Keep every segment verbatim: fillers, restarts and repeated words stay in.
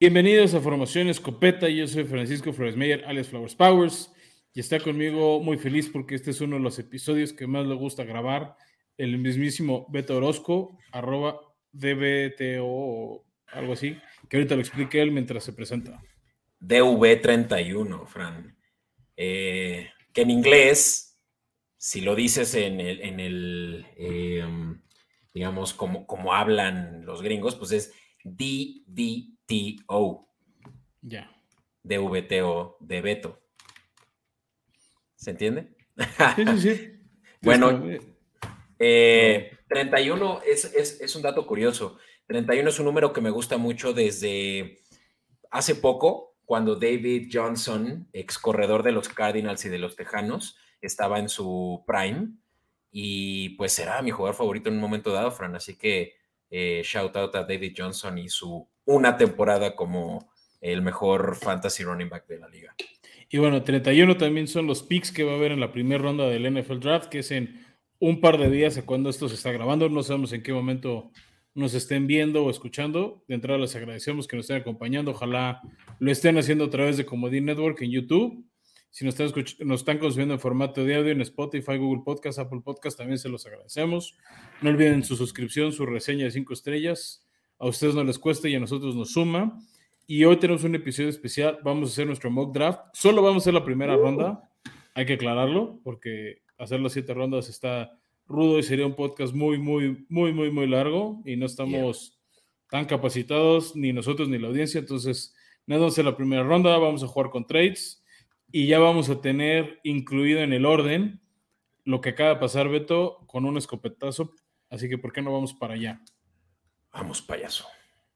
Bienvenidos a Formación Escopeta. Yo soy Francisco Flores Meyer, alias Flowers Powers, y está conmigo muy feliz porque este es uno de los episodios que más le gusta grabar, el mismísimo Beto Orozco, arroba D B T O o algo así, que ahorita lo explique él mientras se presenta. D V treinta y uno, Fran. Eh, que en inglés, si lo dices en el, en el eh, digamos, como, como hablan los gringos, pues es D V T O. Ya. D V T O de Beto. ¿Se entiende? Sí, sí, sí. Es como, Bueno, eh, eh, treinta y uno es, es, es un dato curioso. treinta y uno es un número que me gusta mucho desde hace poco, cuando David Johnson, ex corredor de los Cardinals y de los Tejanos, estaba en su prime y pues será mi jugador favorito en un momento dado, Fran. Así que eh, shout out a David Johnson y su una temporada como el mejor fantasy running back de la liga. Y bueno, treinta y uno también son los picks que va a haber en la primera ronda del N F L Draft, que es en un par de días a cuando esto se está grabando. No sabemos en qué momento nos estén viendo o escuchando. De entrada les agradecemos que nos estén acompañando. Ojalá lo estén haciendo a través de Comodín Network en YouTube. Si nos están, escuch- nos están consumiendo en formato de audio en Spotify, Google Podcast, Apple Podcast, también se los agradecemos. No olviden su suscripción, su reseña de cinco estrellas. A ustedes no les cuesta y a nosotros nos suma. Y hoy tenemos un episodio especial. Vamos a hacer nuestro mock draft. Solo vamos a hacer la primera uh. ronda. Hay que aclararlo porque hacer las siete rondas está rudo y sería un podcast muy, muy, muy, muy, muy largo y no estamos yeah. tan capacitados, ni nosotros ni la audiencia. Entonces, nada, vamos a hacer la primera ronda. Vamos a jugar con trades y ya vamos a tener incluido en el orden lo que acaba de pasar, Beto, con un escopetazo. Así que, ¿por qué no vamos para allá? Vamos, payaso.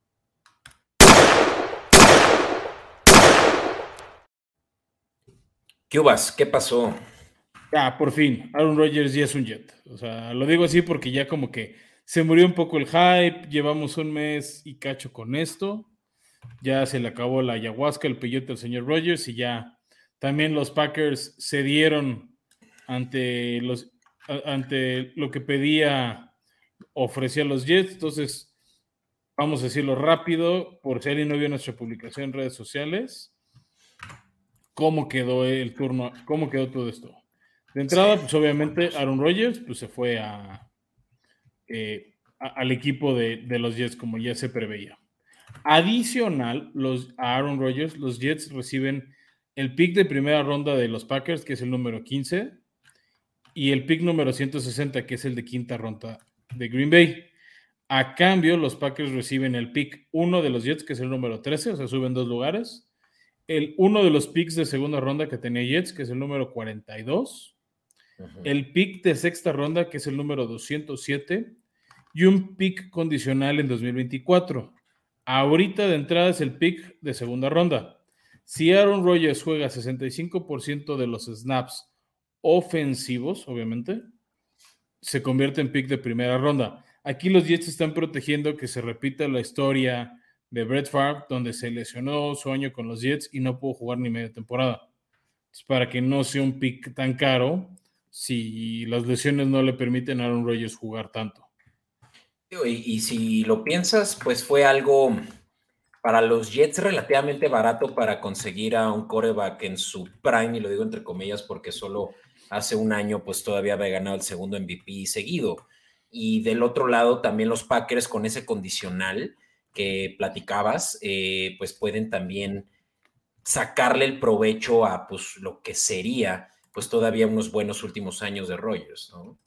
¿Qué hubas? ¿Qué pasó? Ya, por fin, Aaron Rodgers ya es un Jet. O sea, lo digo así porque ya como que se murió un poco el hype, llevamos un mes y cacho con esto, ya se le acabó la ayahuasca, el peyote al señor Rodgers y ya también los Packers cedieron ante, los, ante lo que pedía, ofrecía los Jets. Entonces, vamos a decirlo rápido, por si alguien no vio nuestra publicación en redes sociales, ¿cómo quedó el turno? ¿Cómo quedó todo esto? De entrada, sí, pues obviamente Aaron Rodgers pues, se fue a, eh, a, al equipo de, de los Jets como ya se preveía. Adicional los, a Aaron Rodgers, los Jets reciben el pick de primera ronda de los Packers, que es el número quince, y el pick número ciento sesenta, que es el de quinta ronda de Green Bay. A cambio, los Packers reciben el pick uno de los Jets, que es el número trece, o sea, suben dos lugares. El uno de los picks de segunda ronda que tenía Jets, que es el número cuarenta y dos. Uh-huh. El pick de sexta ronda, que es el número doscientos siete. Y un pick condicional en dos mil veinticuatro. Ahorita de entrada es el pick de segunda ronda. Si Aaron Rodgers juega sesenta y cinco por ciento de los snaps ofensivos, obviamente, se convierte en pick de primera ronda. Aquí los Jets están protegiendo que se repita la historia de Brett Favre, donde se lesionó su año con los Jets y no pudo jugar ni media temporada. Entonces, para que no sea un pick tan caro, si las lesiones no le permiten a Aaron Rodgers jugar tanto. Y, y si lo piensas, pues fue algo para los Jets relativamente barato para conseguir a un quarterback en su prime, y lo digo entre comillas porque solo hace un año pues todavía había ganado el segundo M V P seguido. Y del otro lado también los Packers con ese condicional que platicabas, eh, pues pueden también sacarle el provecho a pues lo que sería pues todavía unos buenos últimos años de Rodgers, ¿no?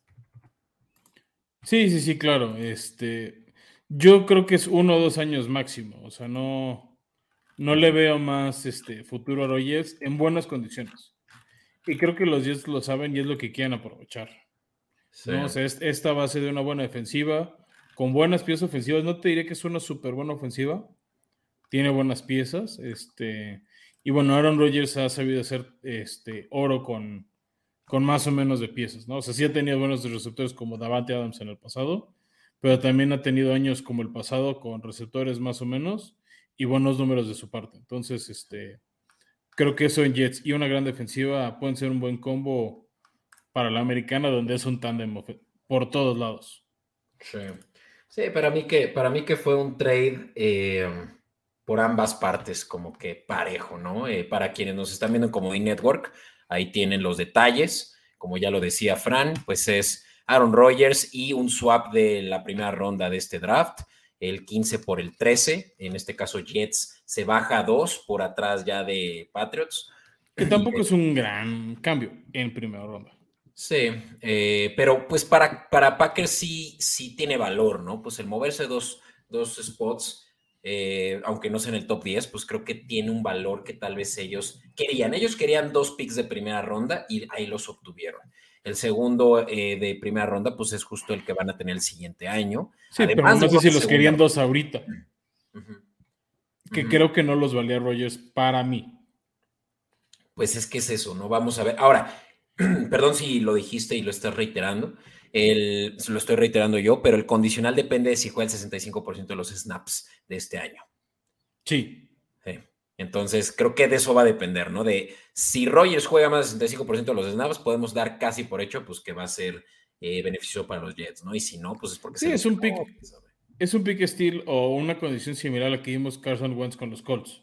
Sí, sí, sí, claro. Este, yo creo que es uno o dos años máximo. O sea, no, no le veo más este, futuro a Rodgers en buenas condiciones. Y creo que los Jets lo saben y es lo que quieren aprovechar. Sí. ¿No? O sea, es, esta base de una buena defensiva, con buenas piezas ofensivas. No te diré que es una súper buena ofensiva. Tiene buenas piezas. Este, y bueno, Aaron Rodgers ha sabido hacer este, oro con, con más o menos de piezas, ¿no? O sea, sí ha tenido buenos receptores como Davante Adams en el pasado, pero también ha tenido años como el pasado con receptores más o menos y buenos números de su parte. Entonces, este, creo que eso en Jets y una gran defensiva pueden ser un buen combo para la americana, donde es un tándem por todos lados. Sí, sí, para mí que, para mí que fue un trade, eh, por ambas partes como que parejo, ¿no? Eh, para quienes nos están viendo en Comodín Network, ahí tienen los detalles. Como ya lo decía Fran, pues es Aaron Rodgers y un swap de la primera ronda de este draft, el quince por el trece. En este caso, Jets se baja a dos por atrás ya de Patriots. Que tampoco es un gran cambio en primera ronda. Sí, eh, pero pues para, para Packers sí, sí tiene valor, ¿no? Pues el moverse dos, dos spots, eh, aunque no sea en el top diez, pues creo que tiene un valor que tal vez ellos querían. Ellos querían dos picks de primera ronda y ahí los obtuvieron. El segundo eh, de primera ronda, pues es justo el que van a tener el siguiente año. Sí, pero Además no de sé si los segunda querían ronda. dos ahorita. Uh-huh. Que Uh-huh. creo que no los valía Rodgers para mí. Pues es que es eso, ¿no? Vamos a ver. Ahora, perdón si lo dijiste y lo estás reiterando, el, lo estoy reiterando yo, pero el condicional depende de si juega el sesenta y cinco por ciento de los snaps de este año. Sí. Sí. Entonces, creo que de eso va a depender, ¿no? De si Rodgers juega más del sesenta y cinco por ciento de los snaps, podemos dar casi por hecho, pues que va a ser eh, beneficioso para los Jets, ¿no? Y si no, pues es porque Sí, se es un lesionó. pick, es un pick steal o una condición similar a la que vimos Carson Wentz con los Colts.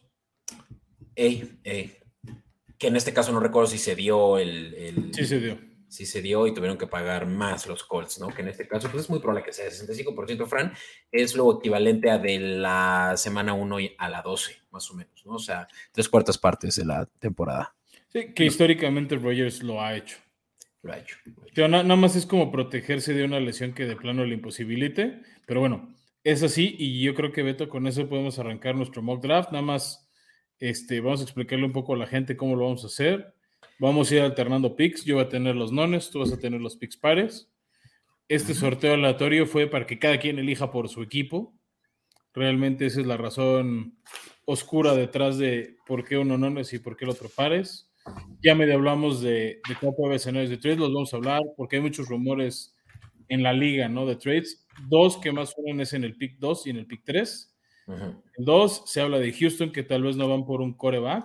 Ey, ey. Que en este caso no recuerdo si se dio el, el Sí se dio. Si se dio y tuvieron que pagar más los Colts, ¿no? Que en este caso, pues es muy probable que sea sesenta y cinco por ciento, Fran, es lo equivalente a de la semana uno a la doce, más o menos, ¿no? O sea, tres cuartas partes de la temporada. Sí, que históricamente Rodgers lo ha hecho. Lo ha hecho. Lo ha hecho. Pero nada más es como protegerse de una lesión que de plano le imposibilite. Pero bueno, es así y yo creo que, Beto, con eso podemos arrancar nuestro mock draft. Nada más este, vamos a explicarle un poco a la gente cómo lo vamos a hacer. Vamos a ir alternando picks. Yo voy a tener los nones, tú vas a tener los picks pares. Este uh-huh. sorteo aleatorio fue para que cada quien elija por su equipo. Realmente esa es la razón oscura detrás de por qué uno nones y por qué el otro pares. Ya medio hablamos de, de cómo puede haber escenarios de trades, los vamos a hablar porque hay muchos rumores en la liga, ¿no? De trades. Dos que más suenan es en el pick dos y en el pick tres. Uh-huh. El dos se habla de Houston que tal vez no van por un quarterback.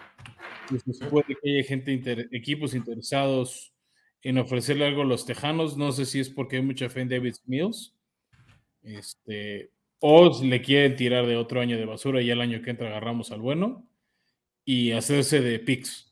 Pues puede que haya gente, inter, equipos interesados en ofrecerle algo a los Tejanos. No sé si es porque hay mucha fe en David Mills. Este, o le quieren tirar de otro año de basura y ya el año que entra agarramos al bueno y hacerse de picks.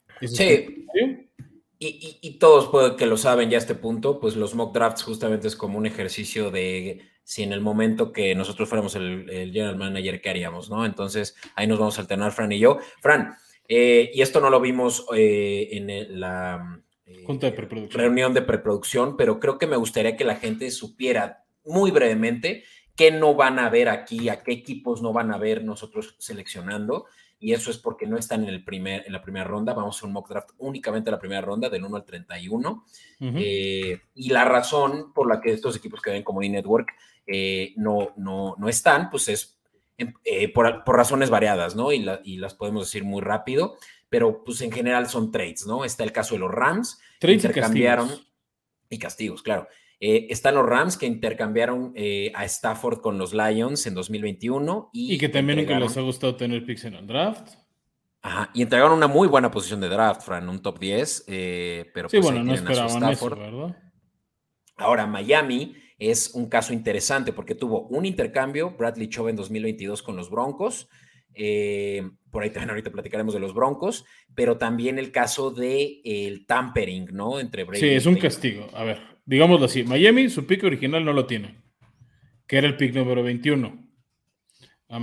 Sí. Y, y, y todos puede que lo saben ya a este punto, pues los mock drafts justamente es como un ejercicio de si en el momento que nosotros fuéramos el, el general manager, ¿qué haríamos? ¿No? Entonces ahí nos vamos a alternar Fran y yo. Fran, eh, y esto no lo vimos eh, en el, la eh, Junta de preproducción. reunión de preproducción, pero creo que me gustaría que la gente supiera muy brevemente qué no van a ver aquí, a qué equipos no van a ver nosotros seleccionando. Y eso es porque no están en, el primer, en la primera ronda. Vamos a hacer un mock draft únicamente en la primera ronda, del uno al treinta y uno. Uh-huh. Eh, y la razón por la que estos equipos que ven como E-Network eh, no, no, no están, pues es eh, por, por razones variadas, ¿no? Y, la, y las podemos decir muy rápido, pero pues en general son trades, ¿no? Está el caso de los Rams. Trades intercambiaron, y castigos. Y castigos, claro. Eh, están los Rams que intercambiaron eh, a Stafford con los Lions en dos mil veintiuno. Y, y que también nunca les ha gustado tener picks en el draft. Ajá, y entregaron una muy buena posición de draft, Fran, un top diez, eh, pero sí, pues bueno, ahí no tienen a su Stafford. Eso, ¿verdad? Ahora, Miami es un caso interesante porque tuvo un intercambio, Bradley Chubb en dos mil veintidós con los Broncos. Eh, por ahí también ahorita platicaremos de los Broncos, pero también el caso de el tampering, ¿no? Entre Brady sí, es un y castigo. A ver, digámoslo así. Miami, su pick original no lo tiene, que era el pick número veintiuno. A,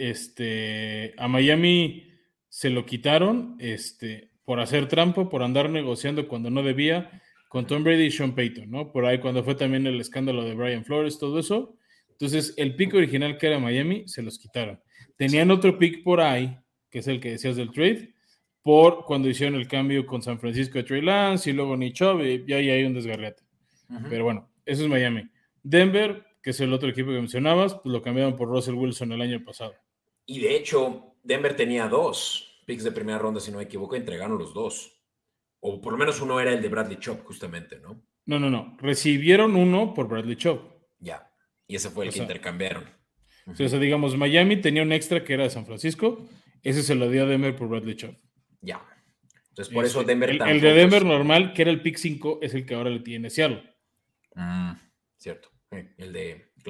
este, a Miami se lo quitaron este, por hacer trampa, por andar negociando cuando no debía con Tom Brady y Sean Payton, ¿no? Por ahí cuando fue también el escándalo de Brian Flores, todo eso. Entonces, el pick original que era Miami, se los quitaron. Tenían otro pick por ahí, que es el que decías del trade, por cuando hicieron el cambio con San Francisco de Trey Lance y luego Nick Chubb, y ya hay un desgarrete. Uh-huh. Pero bueno, eso es Miami. Denver, que es el otro equipo que mencionabas, pues lo cambiaron por Russell Wilson el año pasado. Y de hecho, Denver tenía dos picks de primera ronda, si no me equivoco, entregaron los dos. O por lo menos uno era el de Bradley Chubb, justamente, ¿no? No, no, no. Recibieron uno por Bradley Chubb. Ya. Y ese fue el o que sea, intercambiaron. Uh-huh. O sea, digamos, Miami tenía un extra que era de San Francisco. Ese se lo dio a Denver por Bradley Chubb. Ya. Entonces, por este, eso Denver el, el de Denver es... normal, que era el pick cinco, es el que ahora le tiene Seattle. Mm, cierto. El de, claro.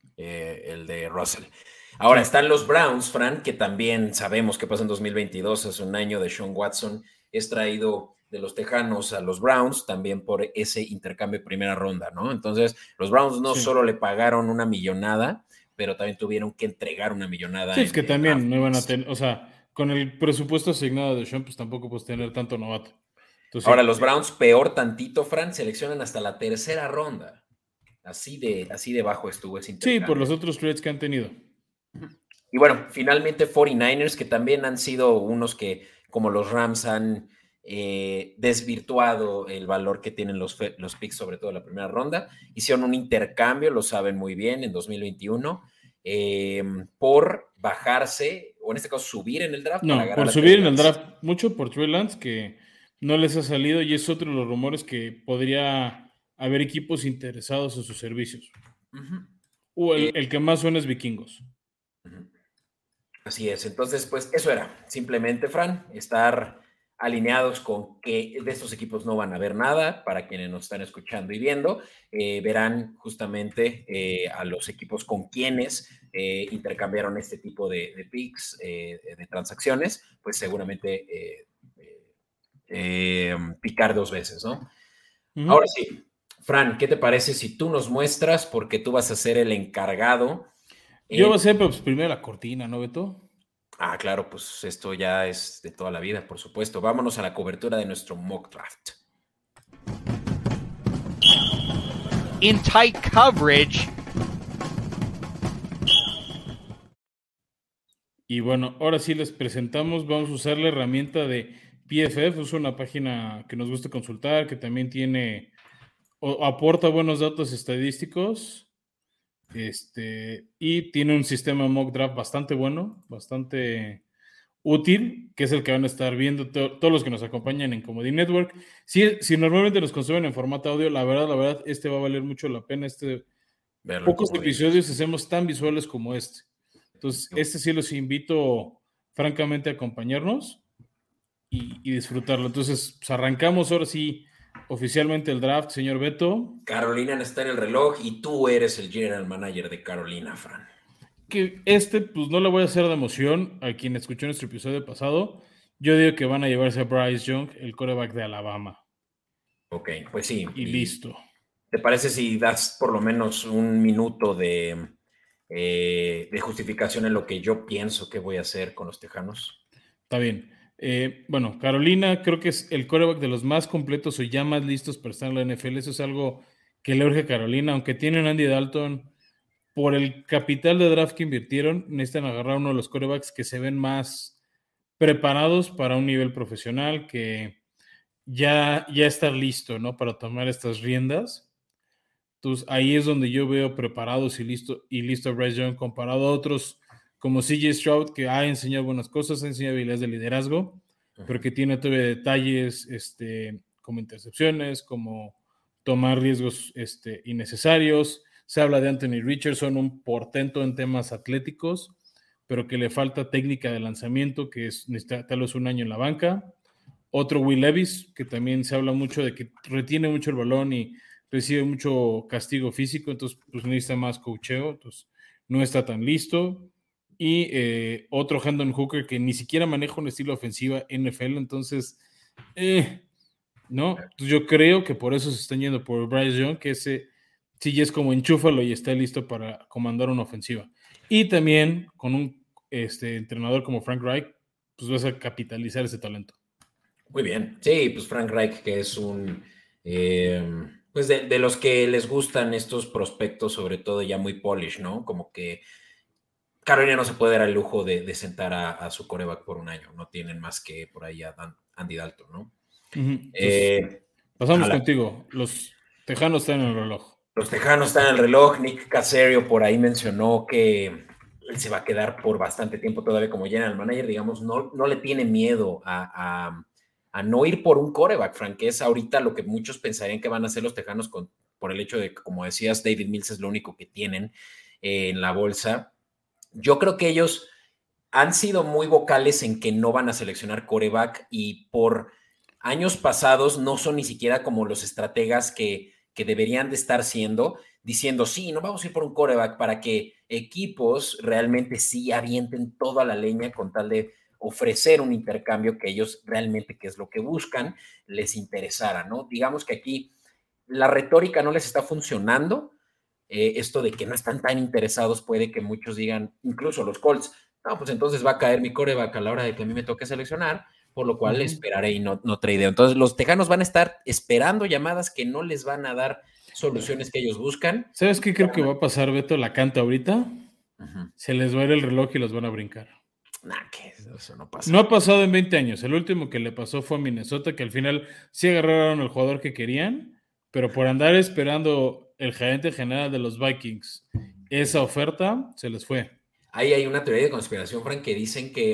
eh, el de Russell. Ahora Sí. están los Browns, Fran, que también sabemos que pasa en dos mil veintidós, es un año de Sean Watson, es traído de los Tejanos a los Browns también por ese intercambio de primera ronda, ¿no? Entonces, los Browns no Sí. solo le pagaron una millonada, pero también tuvieron que entregar una millonada Sí, es en, que en draft también no iban a picks. tener, o sea, con el presupuesto asignado de Sean, pues tampoco puedes tener tanto novato. Entonces, Ahora, sí. los Browns, peor tantito, Fran, seleccionan hasta la tercera ronda. Así de, así de bajo estuvo ese Sí, por intercambio. los otros trades que han tenido. Y bueno, finalmente cuarenta y nueve ers, que también han sido unos que, como los Rams, han eh, desvirtuado el valor que tienen los, los picks, sobre todo en la primera ronda. Hicieron un intercambio, lo saben muy bien, en dos mil veintiuno, eh, por bajarse, o en este caso subir en el draft para No, agarrar por a Trey subir en el Lance. draft mucho por Trey Lance, que no les ha salido y es otro de los rumores que podría haber equipos interesados en sus servicios. Uh-huh. O el, Eh, el que más suena es Vikingos. uh-huh. Así es, entonces pues eso era, simplemente Fran, estar alineados con que de estos equipos no van a ver nada, para quienes nos están escuchando y viendo, eh, verán justamente eh, a los equipos con quienes eh, intercambiaron este tipo de, de picks, eh, de transacciones, pues seguramente eh, eh, picar dos veces, ¿no? Uh-huh. Ahora sí, Fran, ¿qué te parece si tú nos muestras, porque tú vas a ser el encargado Yo en... voy a hacer, pues, primero la cortina, ¿no, Beto? Ah, claro, pues esto ya es de toda la vida, por supuesto. Vámonos a la cobertura de nuestro mock draft. In tight coverage. Y bueno, ahora sí les presentamos, vamos a usar la herramienta de P F F, es una página que nos gusta consultar, que también tiene o aporta buenos datos estadísticos, este, y tiene un sistema mock draft bastante bueno, bastante útil, que es el que van a estar viendo to- todos los que nos acompañan en Comedy Network. Si, si normalmente nos consumen en formato audio, la verdad, la verdad, este va a valer mucho la pena. Este, Verlo en pocos Comodín. episodios hacemos tan visuales como este. Entonces, este sí los invito francamente a acompañarnos y, y disfrutarlo. Entonces, pues arrancamos ahora sí oficialmente el draft, señor Beto. Carolina está en el reloj y tú eres el general manager de Carolina, Fran. Que este, pues no le voy a hacer de emoción a quien escuchó nuestro episodio pasado. Yo digo que van a llevarse a Bryce Young, el quarterback de Alabama. Ok, pues sí. Y, Y listo. ¿te parece si das por lo menos un minuto de, eh, de justificación en lo que yo pienso que voy a hacer con los Tejanos? Está bien. Eh, bueno, Carolina creo que es el quarterback de los más completos o ya más listos para estar en la N F L. Eso es algo que le urge a Carolina. Aunque tienen a Andy Dalton, por el capital de draft que invirtieron, necesitan agarrar uno de los quarterbacks que se ven más preparados para un nivel profesional, que ya, ya estar listo, ¿no? Para tomar estas riendas. Entonces, ahí es donde yo veo preparados y listo, y listo a Bryce Young comparado a otros como C J Stroud, que ha enseñado buenas cosas, ha enseñado habilidades de liderazgo, pero que tiene todavía detalles este, como intercepciones, como tomar riesgos este, innecesarios. Se habla de Anthony Richardson, un portento en temas atléticos, pero que le falta técnica de lanzamiento, que es necesita tal vez un año en la banca. Otro Will Levis, que también se habla mucho de que retiene mucho el balón y recibe mucho castigo físico, entonces pues necesita más coacheo, entonces no está tan listo. Y eh, otro Hendon Hooker que ni siquiera maneja un estilo ofensiva N F L, entonces, eh, ¿no? Entonces yo creo que por eso se están yendo por Bryce Young, que ese sí ya es como enchúfalo y está listo para comandar una ofensiva. Y también con un este, entrenador como Frank Reich, pues vas a capitalizar ese talento. Muy bien. Sí, pues Frank Reich, que es un, eh, pues de, de, los que les gustan estos prospectos, sobre todo ya muy polish, ¿no? Como que Carolina no se puede dar el lujo de, de sentar a, a, su coreback por un año. No tienen más que por ahí a Dan, Andy Dalton, ¿no? Uh -huh. Entonces, eh, pasamos contigo. Los Tejanos están en el reloj. Los Tejanos están en el reloj. Nick Caserio por ahí mencionó que él se va a quedar por bastante tiempo todavía como general manager. Digamos, no, no le tiene miedo a, a, a no ir por un quarterback, Frank, que es ahorita lo que muchos pensarían que van a hacer los Tejanos con, por el hecho de que, como decías, David Mills es lo único que tienen eh, en la bolsa. Yo creo que ellos han sido muy vocales en que no van a seleccionar quarterback y por años pasados no son ni siquiera como los estrategas que, que deberían de estar siendo. diciendo, sí, no vamos a ir por un quarterback, para que equipos realmente sí avienten toda la leña con tal de ofrecer un intercambio que ellos realmente, que es lo que buscan, les interesara, ¿no? Digamos que aquí la retórica no les está funcionando. Eh, esto de que no están tan interesados puede que muchos digan, incluso los Colts, no, pues entonces va a caer mi quarterback a la hora de que a mí me toque seleccionar, por lo cual uh-huh. esperaré y no, no tradeo. Entonces los Tejanos van a estar esperando llamadas que no les van a dar soluciones que ellos buscan. ¿Sabes qué creo que va a pasar, Beto? La canta ahorita. Uh-huh. Se les va a ir el reloj y los van a brincar. Nah, que eso no pasa. No ha pasado en veinte años. El último que le pasó fue a Minnesota, que al final sí agarraron al jugador que querían, pero por andar esperando el gerente general de los Vikings esa oferta, se les fue. Ahí hay una teoría de conspiración, Frank, que dicen que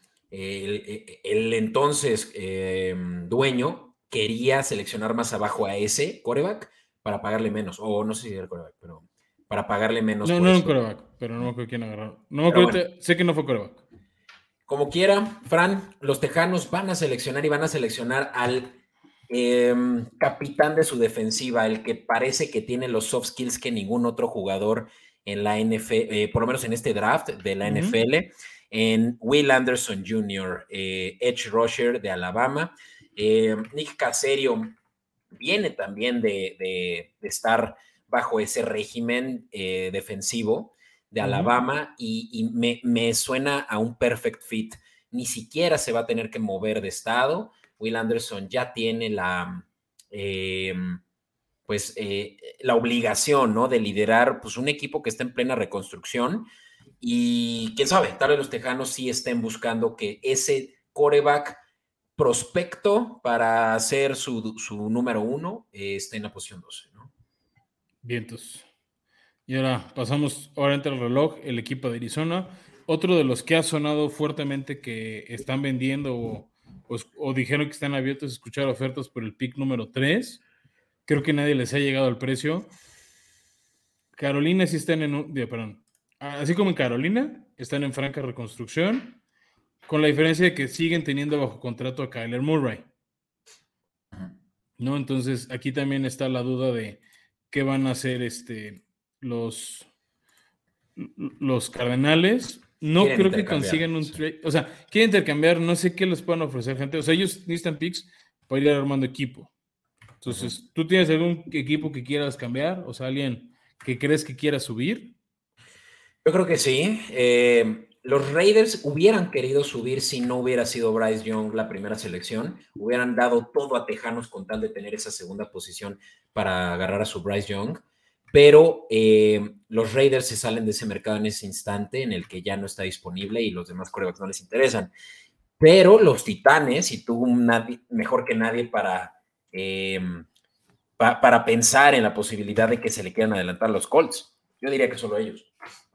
el, el entonces eh, dueño quería seleccionar más abajo a ese quarterback para pagarle menos, o no sé si era el quarterback, pero para pagarle menos. No, no era un quarterback, pero no me acuerdo quién agarró. No me acuerdo, bueno, sé que no fue quarterback. Como quiera, Fran, los Tejanos van a seleccionar y van a seleccionar al eh, capitán de su defensiva, el que parece que tiene los soft skills que ningún otro jugador en la N F L, eh, por lo menos en este draft de la uh-huh. N F L, en Will Anderson junior, eh, edge rusher de Alabama. Eh, Nick Caserio viene también de, de, de estar bajo ese régimen eh, defensivo de Alabama uh-huh. y, y me, me suena a un perfect fit. Ni siquiera se va a tener que mover de estado. Will Anderson ya tiene la, eh, pues, eh, la obligación, ¿no?, de liderar pues, un equipo que está en plena reconstrucción y quién sabe, tal vez los Tejanos sí estén buscando que ese quarterback prospecto para ser su, su número uno eh, esté en la posición doce, ¿no? Vientos. Y ahora pasamos, ahora entra el reloj, el equipo de Arizona. Otro de los que ha sonado fuertemente que están vendiendo o, o, o dijeron que están abiertos a escuchar ofertas por el pick número tres. Creo que nadie les ha llegado al precio. Carolina sí están en un... Perdón. Así como en Carolina, están en franca reconstrucción, con la diferencia de que siguen teniendo bajo contrato a Kyler Murray. ¿No? Entonces, aquí también está la duda de qué van a hacer este... Los, los Cardenales. No creo que consigan un trade. O sea, quieren intercambiar, no sé qué les puedan ofrecer, gente. O sea, ellos necesitan picks para ir armando equipo. Entonces, uh-huh. ¿tú tienes algún equipo que quieras cambiar? O sea, alguien que crees que quiera subir. Yo creo que sí. Eh, los Raiders hubieran querido subir si no hubiera sido Bryce Young la primera selección. Hubieran dado todo a Tejanos con tal de tener esa segunda posición para agarrar a su Bryce Young. Pero eh, los Raiders se salen de ese mercado en ese instante en el que ya no está disponible y los demás quarterbacks no les interesan. Pero los Titanes, y tú nadie, mejor que nadie para, eh, pa, para pensar en la posibilidad de que se le quieran adelantar los Colts. Yo diría que solo ellos.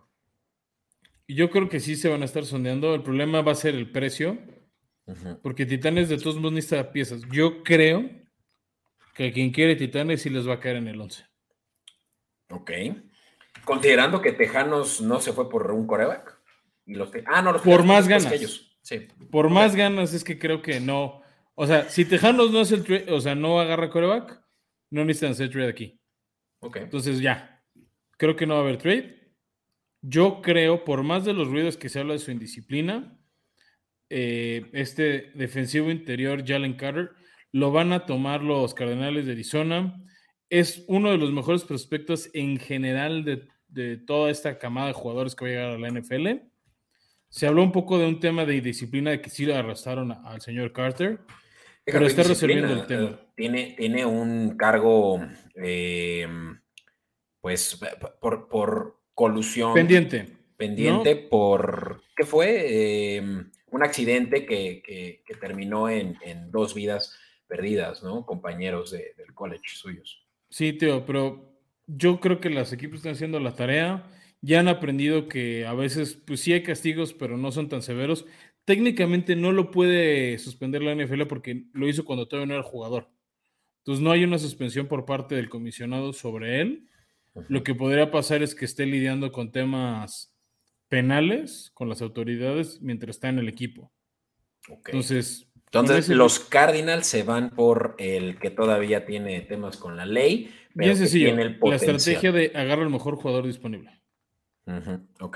Yo creo que sí se van a estar sondeando. El problema va a ser el precio, uh-huh. porque Titanes de todos modos necesita piezas. Yo creo que quien quiere Titanes sí les va a caer en el once. Ok. Considerando que Tejanos no se fue por un quarterback. Y los te... Ah, no, los por más ganas. Que ellos. Sí. Por okay. más ganas es que creo que no. O sea, si Tejanos no es el trade, o sea, no agarra quarterback, no necesitan hacer trade aquí. Ok. Entonces ya. Creo que no va a haber trade. Yo creo, por más de los ruidos que se habla de su indisciplina, eh, este defensivo interior, Jalen Carter, lo van a tomar los Cardenales de Arizona. Es uno de los mejores prospectos en general de, de toda esta camada de jugadores que va a llegar a la N F L. Se habló un poco de un tema de indisciplina, de que sí arrastraron a, al señor Carter, pero está resolviendo el tema. Uh, tiene, tiene un cargo, eh, pues, por, por colusión. Pendiente. Pendiente ¿no? por, ¿qué fue? Eh, un accidente que, que, que terminó en, en dos vidas perdidas, ¿no? Compañeros de, del college suyos. Sí, tío, pero yo creo que los equipos están haciendo la tarea, ya han aprendido que a veces, pues sí hay castigos, pero no son tan severos. Técnicamente no lo puede suspender la N F L porque lo hizo cuando todavía no era jugador. Entonces no hay una suspensión por parte del comisionado sobre él. Uh-huh. Lo que podría pasar es que esté lidiando con temas penales con las autoridades mientras está en el equipo. Okay. Entonces... Entonces, los Cardinals se van por el que todavía tiene temas con la ley, Bien pero que sencillo, tiene el la potencial. estrategia de agarrar el mejor jugador disponible. Uh-huh, ok.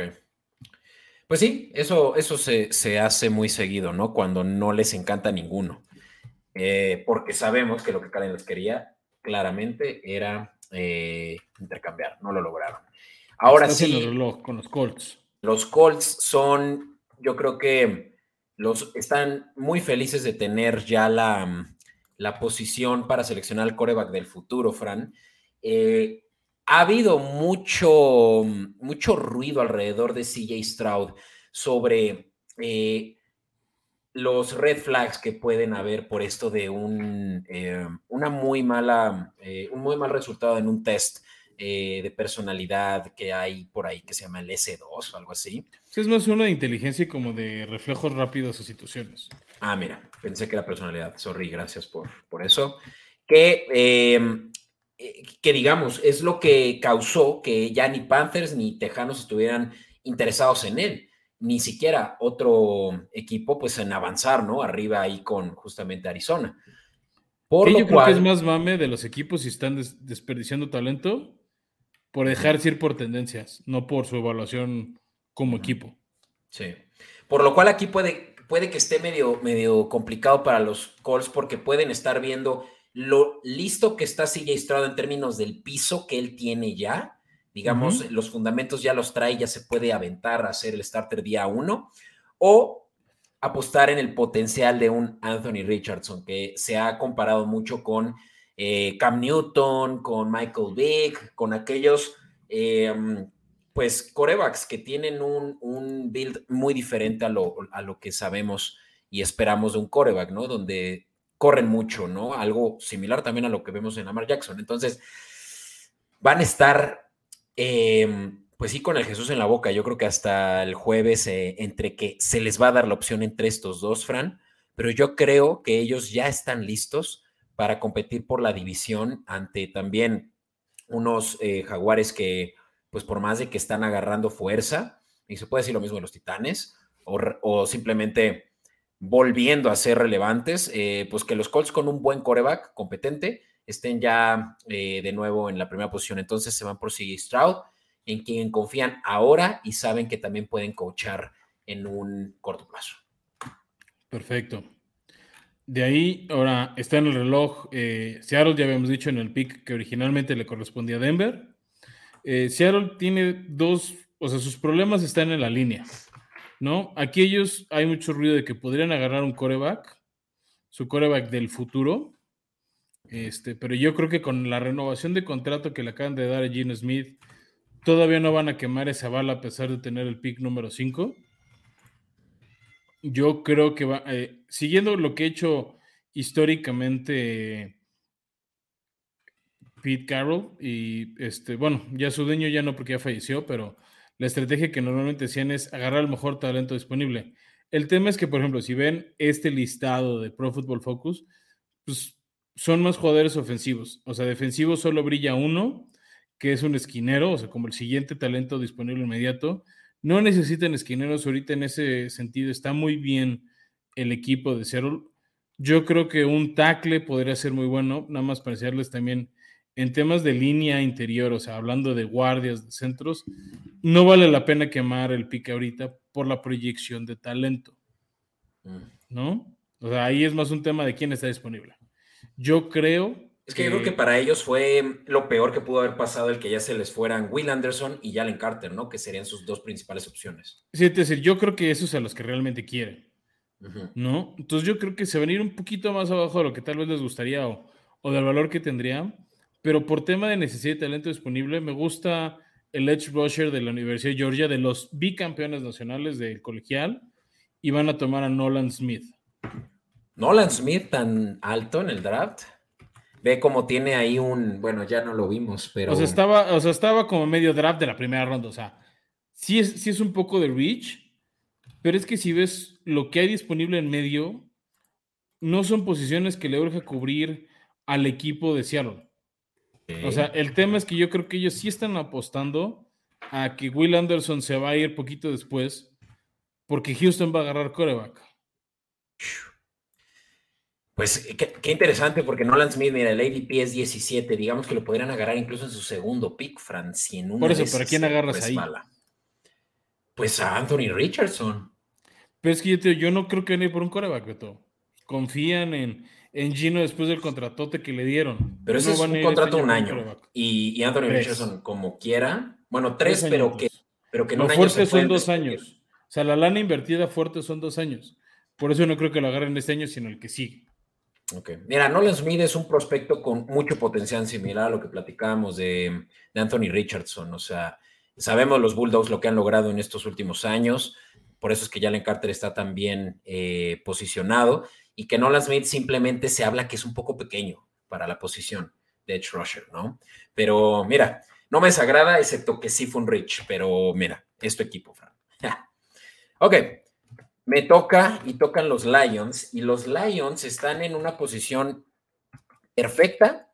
Pues sí, eso, eso se, se hace muy seguido, ¿no? Cuando no les encanta ninguno. Eh, porque sabemos que lo que Karen les quería claramente era eh, intercambiar, no lo lograron. Ahora Estás en el sí, reloj con los Colts. los Colts son, yo creo que los están muy felices de tener ya la, la posición para seleccionar el quarterback del futuro, Fran. Eh, ha habido mucho, mucho ruido alrededor de C J Stroud sobre eh, los red flags que pueden haber por esto de un, eh, una muy mala, eh, un muy mal resultado en un test eh, de personalidad que hay por ahí que se llama el ese dos o algo así. Sí, es más una inteligencia y como de reflejos rápidos a situaciones. Ah, mira, pensé que era personalidad. Sorry, gracias por, por eso. Que, eh, que digamos, es lo que causó que ya ni Panthers ni Tejanos estuvieran interesados en él. Ni siquiera otro equipo, pues en avanzar, ¿no? Arriba ahí con justamente Arizona. Por Que lo yo creo que es cual, más mame de los equipos si están des- desperdiciando talento por dejarse ir por tendencias, no por su evaluación como uh-huh. equipo. Sí. Por lo cual aquí puede, puede que esté medio, medio complicado para los Colts porque pueden estar viendo lo listo que está C J Stroud en términos del piso que él tiene ya. Digamos, uh-huh. los fundamentos ya los trae, ya se puede aventar a hacer el starter día uno. O apostar en el potencial de un Anthony Richardson, que se ha comparado mucho con eh, Cam Newton, con Michael Vick, con aquellos... Eh, pues corebacks que tienen un, un build muy diferente a lo, a lo que sabemos y esperamos de un coreback, ¿no? Donde corren mucho, ¿no? Algo similar también a lo que vemos en Lamar Jackson. Entonces, van a estar, eh, pues sí, con el Jesús en la boca. Yo creo que hasta el jueves, eh, entre que se les va a dar la opción entre estos dos, Fran, pero yo creo que ellos ya están listos para competir por la división ante también unos eh, Jaguares que pues por más de que están agarrando fuerza, y se puede decir lo mismo de los Titanes, o, o simplemente volviendo a ser relevantes, eh, pues que los Colts con un buen quarterback competente estén ya eh, de nuevo en la primera posición. Entonces se van por C J Stroud, en quien confían ahora y saben que también pueden coachar en un corto plazo. Perfecto. De ahí, ahora está en el reloj eh, Seattle, ya habíamos dicho en el pick que originalmente le correspondía a Denver. Eh, Seattle tiene dos, o sea, sus problemas están en la línea, ¿no? Aquí ellos, hay mucho ruido de que podrían agarrar un quarterback, su quarterback del futuro, este, pero yo creo que con la renovación de contrato que le acaban de dar a Gene Smith, todavía no van a quemar esa bala a pesar de tener el pick número cinco. Yo creo que va, eh, siguiendo lo que ha hecho históricamente Pete Carroll y este, bueno, ya su dueño ya no porque ya falleció, pero la estrategia que normalmente hacían es agarrar el mejor talento disponible. El tema es que, por ejemplo, si ven este listado de Pro Football Focus, pues son más jugadores ofensivos. O sea, defensivos solo brilla uno, que es un esquinero, o sea, como el siguiente talento disponible inmediato. No necesitan esquineros ahorita en ese sentido. Está muy bien el equipo de Seattle. Yo creo que un tackle podría ser muy bueno, nada más para enseñarles también en temas de línea interior, o sea, hablando de guardias, de centros, no vale la pena quemar el pique ahorita por la proyección de talento, ¿no? O sea, ahí es más un tema de quién está disponible. Yo creo Es que, que yo creo que para ellos fue lo peor que pudo haber pasado el que ya se les fueran Will Anderson y Jalen Carter, ¿no? Que serían sus dos principales opciones. Sí, es decir, yo creo que esos son los que realmente quieren, uh-huh. ¿no? Entonces yo creo que se van a ir un poquito más abajo de lo que tal vez les gustaría o, o del valor que tendría, pero por tema de necesidad de talento disponible, me gusta el edge rusher de la Universidad de Georgia, de los bicampeones nacionales del colegial, y van a tomar a Nolan Smith. Nolan Smith tan alto en el draft. Ve cómo tiene ahí un, bueno, ya no lo vimos, pero... O sea, estaba, o sea, estaba como medio draft de la primera ronda, o sea, sí es, sí es un poco de reach, pero es que si ves lo que hay disponible en medio, no son posiciones que le urge cubrir al equipo de Seattle. Okay. O sea, el tema es que yo creo que ellos sí están apostando a que Will Anderson se va a ir poquito después porque Houston va a agarrar quarterback. Pues qué, qué interesante, porque Nolan Smith, mira, el A D P es diecisiete, digamos que lo podrían agarrar incluso en su segundo pick, Fran, si en una Por eso, de ¿para esas quién se agarras ahí? resbala. Pues a Anthony Richardson. Pero es que yo, te, yo no creo que ni por un coreback, Beto. Confían en, en Gino después del contratote que le dieron. Pero ese No es van un a ir este contrato año un por un año. coreback. Y, y Anthony Tres. Richardson, como quiera, bueno, Tres tres, pero que, añitos. pero que en Lo un año se fuerte son pueden dos despedir. años. O sea, la lana invertida fuerte son dos años. Por eso no creo que lo agarren este año, sino el que sigue. Okay. Mira, Nolan Smith es un prospecto con mucho potencial, similar a lo que platicábamos de, de Anthony Richardson. O sea, sabemos los Bulldogs lo que han logrado en estos últimos años, por eso es que Jalen Carter está tan bien eh, posicionado, y que Nolan Smith simplemente se habla que es un poco pequeño para la posición de edge rusher, ¿no? Pero mira, no me desagrada, excepto que sí fue un Rich, pero mira, es tu equipo, Fran. Ok. Me toca y tocan los Lions, y los Lions están en una posición perfecta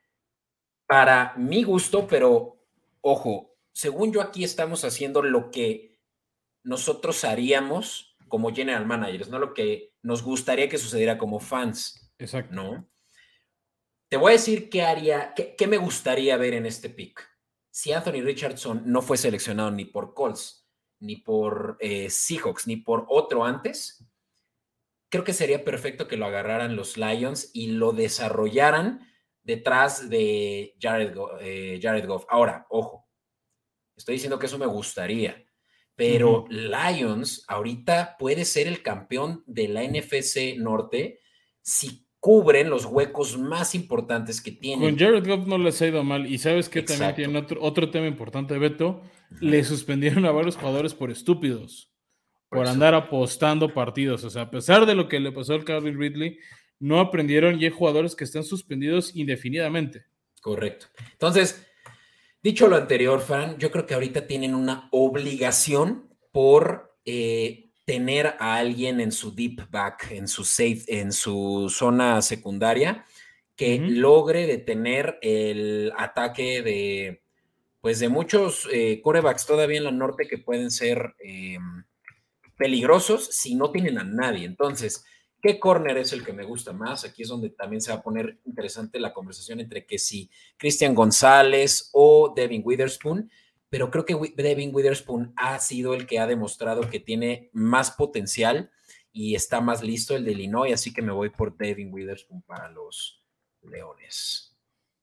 para mi gusto, pero ojo, según yo aquí estamos haciendo lo que nosotros haríamos como general managers, no lo que nos gustaría que sucediera como fans. Exacto. ¿No? Te voy a decir qué haría, qué, qué me gustaría ver en este pick. Si Anthony Richardson no fue seleccionado ni por Colts, ni por eh, Seahawks, ni por otro antes, creo que sería perfecto que lo agarraran los Lions y lo desarrollaran detrás de Jared, eh, Jared Goff. Ahora, ojo, estoy diciendo que eso me gustaría, pero uh-huh. Lions ahorita puede ser el campeón de la N F C Norte si cubren los huecos más importantes que tienen. Con Jared Goff no les ha ido mal, y sabes que también tiene otro, otro tema importante, Beto. Uh-huh. Le suspendieron a varios jugadores por estúpidos. Por, por andar apostando partidos. O sea, a pesar de lo que le pasó al Calvin Ridley, no aprendieron, y hay jugadores que están suspendidos indefinidamente. Correcto. Entonces, dicho lo anterior, Fran, yo creo que ahorita tienen una obligación por eh, tener a alguien en su deep back, en su safe, en su zona secundaria, que uh-huh. logre detener el ataque de, pues, de muchos eh, quarterbacks todavía en la norte que pueden ser eh, peligrosos si no tienen a nadie. Entonces, ¿qué corner es el que me gusta más? Aquí es donde también se va a poner interesante la conversación entre que si Christian González o Devin Witherspoon, pero creo que Devin Witherspoon ha sido el que ha demostrado que tiene más potencial y está más listo, el de Illinois, así que me voy por Devin Witherspoon para los Leones.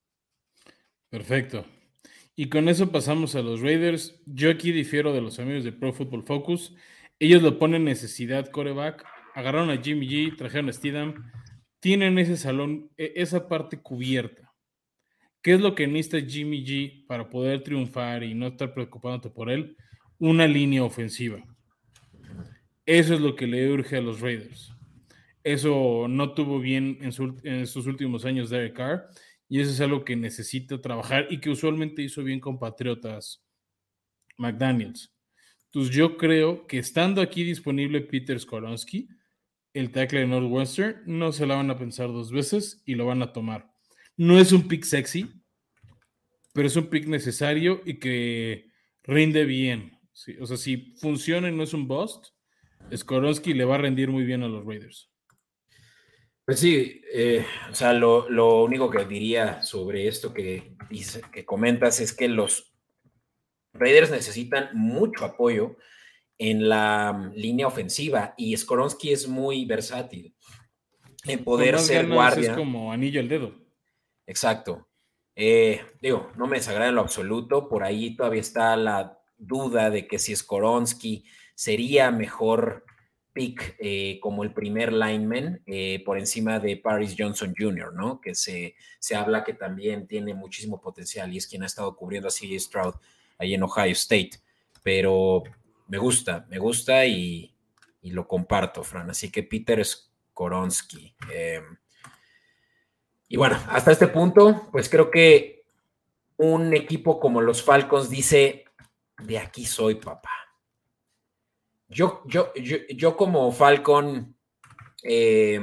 Perfecto. Y con eso pasamos a los Raiders. Yo aquí difiero de los amigos de Pro Football Focus. Ellos lo ponen necesidad quarterback. Agarraron a Jimmy G, trajeron a Steedham. Tienen ese salón, esa parte cubierta. ¿Qué es lo que necesita Jimmy G para poder triunfar y no estar preocupándote por él? Una línea ofensiva. Eso es lo que le urge a los Raiders. Eso no tuvo bien en, su, en sus últimos años Derek Carr, y eso es algo que necesita trabajar y que usualmente hizo bien con Patriotas McDaniels. Entonces yo creo que estando aquí disponible Peter Skoronski, el tackle de Northwestern, no se la van a pensar dos veces y lo van a tomar. No es un pick sexy, pero es un pick necesario y que rinde bien. ¿Sí? O sea, si funciona y no es un bust, Skoronski le va a rendir muy bien a los Raiders. Pues sí, eh, o sea, lo, lo único que diría sobre esto que, dice, que comentas es que los Raiders necesitan mucho apoyo en la línea ofensiva y Skoronski es muy versátil en poder Con más ser ganas guardia. Es como anillo al dedo. Exacto. Eh, digo, no me desagrada en lo absoluto. Por ahí todavía está la duda de que si Skoronski sería mejor pick eh, como el primer lineman eh, por encima de Paris Johnson junior, ¿no? Que se, se habla que también tiene muchísimo potencial y es quien ha estado cubriendo a C J Stroud ahí en Ohio State. Pero me gusta, me gusta y, y lo comparto, Fran. Así que Peter Skoronski. Eh, y bueno, hasta este punto, pues creo que un equipo como los Falcons dice, de aquí soy, papá. Yo, yo, yo, yo como Falcon eh,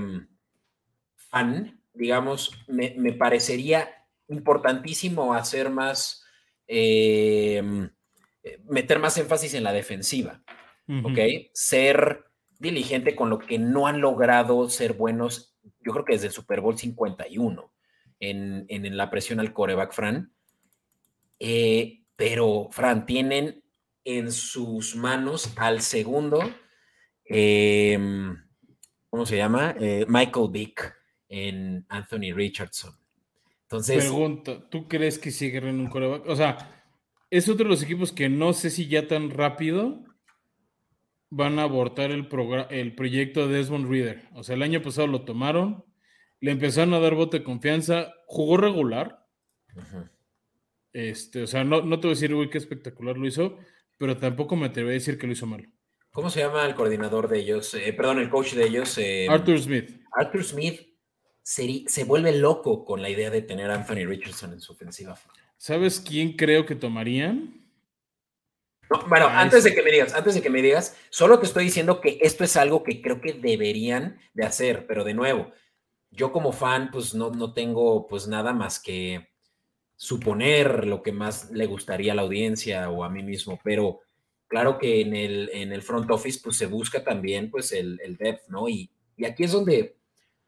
fan, digamos, me, me parecería importantísimo hacer más, eh, meter más énfasis en la defensiva, uh-huh. ¿ok? Ser diligente con lo que no han logrado ser buenos yo creo que desde el Super Bowl cincuenta y uno en, en, en la presión al quarterback, Fran. Eh, pero, Fran, tienen en sus manos al segundo, eh, ¿cómo se llama? Eh, Michael Vick en Anthony Richardson. Entonces, pregunta, ¿tú crees que sigue en un quarterback? O sea, es otro de los equipos que no sé si ya tan rápido van a abortar el, el proyecto de Desmond Ridder. O sea, el año pasado lo tomaron, le empezaron a dar voto de confianza, jugó regular. Uh-huh. Este, o sea, no, no te voy a decir, uy, qué espectacular lo hizo, pero tampoco me atrevo a decir que lo hizo mal. ¿Cómo se llama el coordinador de ellos? Eh, perdón, el coach de ellos. Eh, Arthur Smith. Arthur Smith se, se vuelve loco con la idea de tener a Anthony Richardson en su ofensiva. ¿Sabes quién creo que tomarían? No, bueno, ah, antes de que me digas, antes de que me digas, solo te estoy diciendo que esto es algo que creo que deberían de hacer, pero de nuevo, yo como fan, pues no, no tengo pues nada más que suponer lo que más le gustaría a la audiencia o a mí mismo, pero claro que en el, en el front office pues se busca también pues el, el depth, ¿no? Y, y aquí es donde...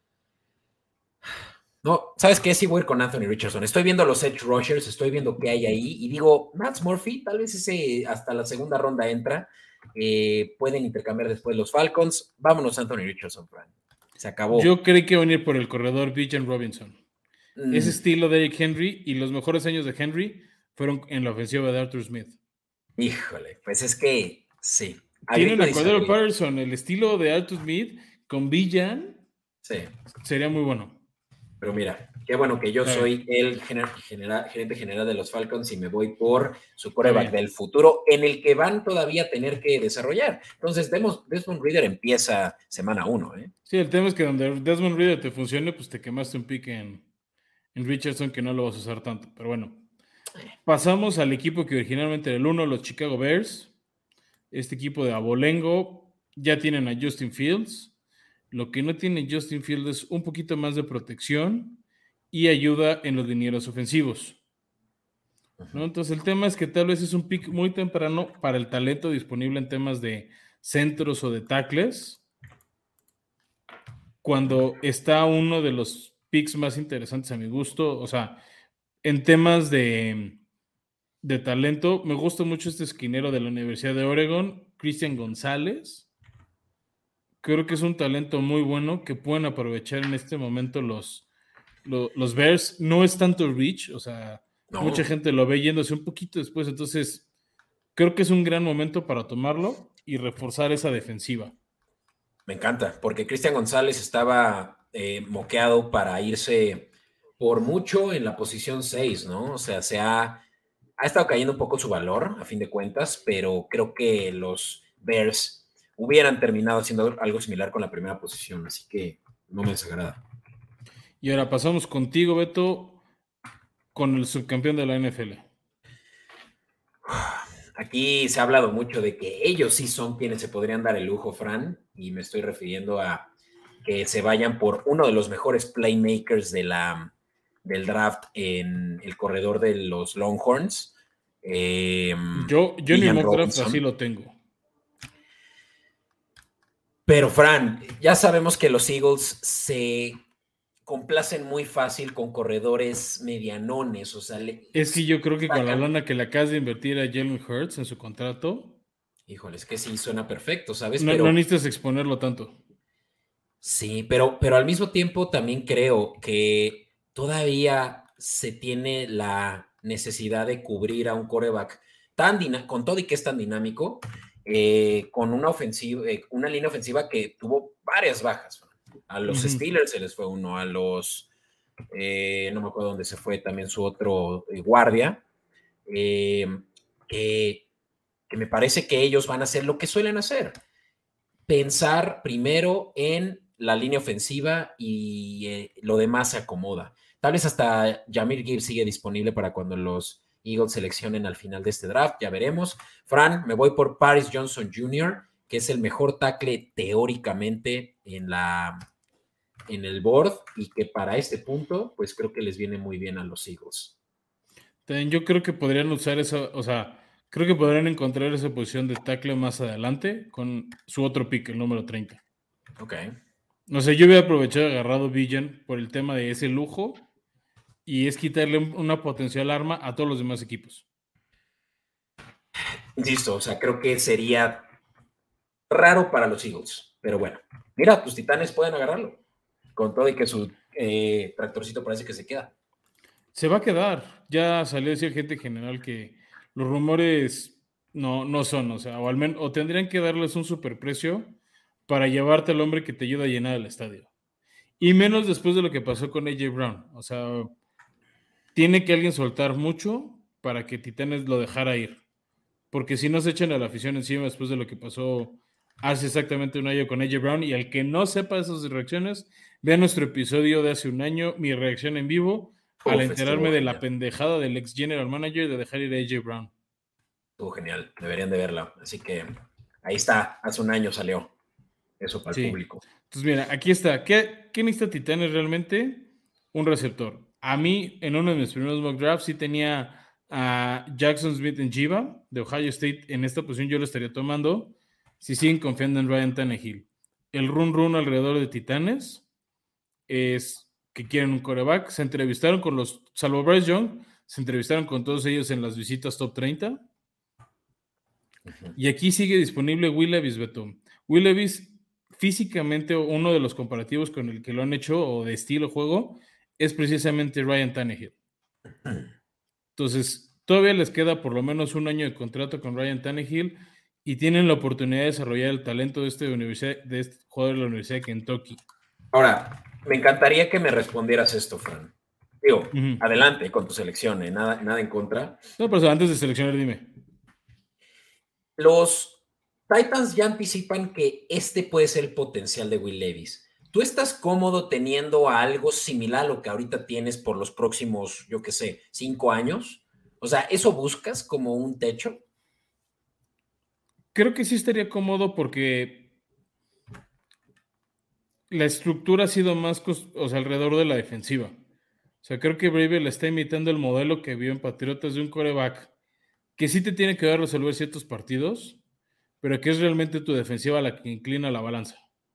No, ¿sabes qué? Sí voy a ir con Anthony Richardson. Estoy viendo los edge rushers, estoy viendo qué hay ahí y digo, Max Murphy, tal vez ese hasta la segunda ronda entra. Eh, pueden intercambiar después los Falcons. Vámonos, Anthony Richardson, Fran. Se acabó. Yo creí que iban a ir por el corredor Bijan Robinson. Mm. Ese estilo de Eric Henry y los mejores años de Henry fueron en la ofensiva de Arthur Smith. Híjole, pues es que sí. Tienen a Cordero Patterson, el estilo de Arthur Smith con Bijan. Sí. Sería muy bueno. Pero mira, qué bueno que yo soy el gener- general, gerente general de los Falcons y me voy por su quarterback del futuro, en el que van todavía a tener que desarrollar. Entonces, Desmond Ridder empieza semana uno, ¿eh? Sí, el tema es que donde Desmond Ridder te funcione, pues te quemaste un pick en, en Richardson que no lo vas a usar tanto. Pero bueno, pasamos al equipo que originalmente era el uno, los Chicago Bears. Este equipo de abolengo ya tienen a Justin Fields. Lo que no tiene Justin Fields es un poquito más de protección y ayuda en los linieros ofensivos, ¿no? Entonces el tema es que tal vez es un pick muy temprano para el talento disponible en temas de centros o de tackles, cuando está uno de los picks más interesantes a mi gusto. O sea, en temas de, de talento, me gusta mucho este esquinero de la Universidad de Oregon, Christian González. Creo que es un talento muy bueno que pueden aprovechar en este momento los, los, los Bears. No es tanto reach, o sea, no. Mucha gente lo ve yéndose un poquito después, entonces creo que es un gran momento para tomarlo y reforzar esa defensiva. Me encanta, porque Christian González estaba eh, moqueado para irse por mucho en la posición seis, ¿no? O sea, se ha, ha estado cayendo un poco su valor, a fin de cuentas, pero creo que los Bears hubieran terminado haciendo algo similar con la primera posición, así que no me desagrada. Y ahora pasamos contigo, Beto, con el subcampeón de la N F L. Aquí se ha hablado mucho de que ellos sí son quienes se podrían dar el lujo, Fran, y me estoy refiriendo a que se vayan por uno de los mejores playmakers de la, del draft en el corredor de los Longhorns. Eh, yo yo en mi mock draft así lo tengo. Pero, Fran, ya sabemos que los Eagles se complacen muy fácil con corredores medianones. O sea, le, es que yo creo que sacan... con la lana que le acabas de invertir a Jalen Hurts en su contrato. Híjole, es que sí suena perfecto, ¿sabes? No, pero, no necesitas exponerlo tanto. Sí, pero, pero al mismo tiempo también creo que todavía se tiene la necesidad de cubrir a un quarterback tan dinámico, con todo y que es tan dinámico, eh, con una ofensiva, eh, una línea ofensiva que tuvo varias bajas. A los uh-huh. Steelers se les fue uno, a los, eh, no me acuerdo dónde se fue también su otro eh, guardia, eh, que, que me parece que ellos van a hacer lo que suelen hacer. Pensar primero en la línea ofensiva y eh, lo demás se acomoda. Tal vez hasta Jahmyr Gibbs sigue disponible para cuando los Eagles seleccionen al final de este draft, ya veremos. Fran, me voy por Paris Johnson junior, que es el mejor tackle teóricamente en, la, en el board y que para este punto, pues creo que les viene muy bien a los Eagles. Yo creo que podrían usar eso, o sea, creo que podrían encontrar esa posición de tackle más adelante con su otro pick, el número treinta. Ok. No sé, yo hubiera aprovechado y agarrado Villan por el tema de ese lujo y es quitarle una potencial arma a todos los demás equipos. Insisto, o sea, creo que sería raro para los Eagles, pero bueno, mira, tus Titanes pueden agarrarlo, con todo y que su eh, tractorcito parece que se queda. Se va a quedar. Ya salió a decir gente en general que los rumores no, no son, o sea, o al menos, o tendrían que darles un superprecio para llevarte al hombre que te ayuda a llenar el estadio. Y menos después de lo que pasó con A J Brown. O sea, tiene que alguien soltar mucho para que Titanes lo dejara ir. Porque si no se echan a la afición encima después de lo que pasó hace exactamente un año con A J Brown. Y al que no sepa esas reacciones, vea nuestro episodio de hace un año, mi reacción en vivo, al Uf, enterarme estuvo de la genial. pendejada del ex general manager de dejar ir a A J Brown. Estuvo genial, deberían de verla. Así que ahí está, hace un año salió eso para el Sí. público. Entonces, mira, aquí está. ¿Qué, qué necesita Titanes realmente? Un receptor. A mí, en uno de mis primeros mock drafts, sí tenía a Jackson Smith en Jiva, de Ohio State. En esta posición yo lo estaría tomando si siguen confiando en Ryan Tannehill. El run run alrededor de Titanes es que quieren un quarterback. Se entrevistaron con los, salvo Bryce Young, se entrevistaron con todos ellos en las visitas top treinta. Uh-huh. Y aquí sigue disponible Will Levis, Beto. Will Levis, físicamente, uno de los comparativos con el que lo han hecho, o de estilo juego, es precisamente Ryan Tannehill. Entonces, todavía les queda por lo menos un año de contrato con Ryan Tannehill y tienen la oportunidad de desarrollar el talento de este, universidad, de este jugador de la Universidad de Kentucky. Ahora, me encantaría que me respondieras esto, Fran. Digo, uh-huh. Adelante con tu selección, ¿eh? nada, nada en contra. No, pero antes de seleccionar, dime. Los Titans ya anticipan que este puede ser el potencial de Will Levis. ¿Tú estás cómodo teniendo algo similar a lo que ahorita tienes por los próximos, yo qué sé, cinco años? O sea, ¿eso buscas como un techo? Creo que sí estaría cómodo porque la estructura ha sido más, o sea, alrededor de la defensiva. O sea, creo que Bravel le está imitando el modelo que vio en Patriotas de un quarterback que sí te tiene que dar resolver ciertos partidos, pero que es realmente tu defensiva la que inclina la balanza.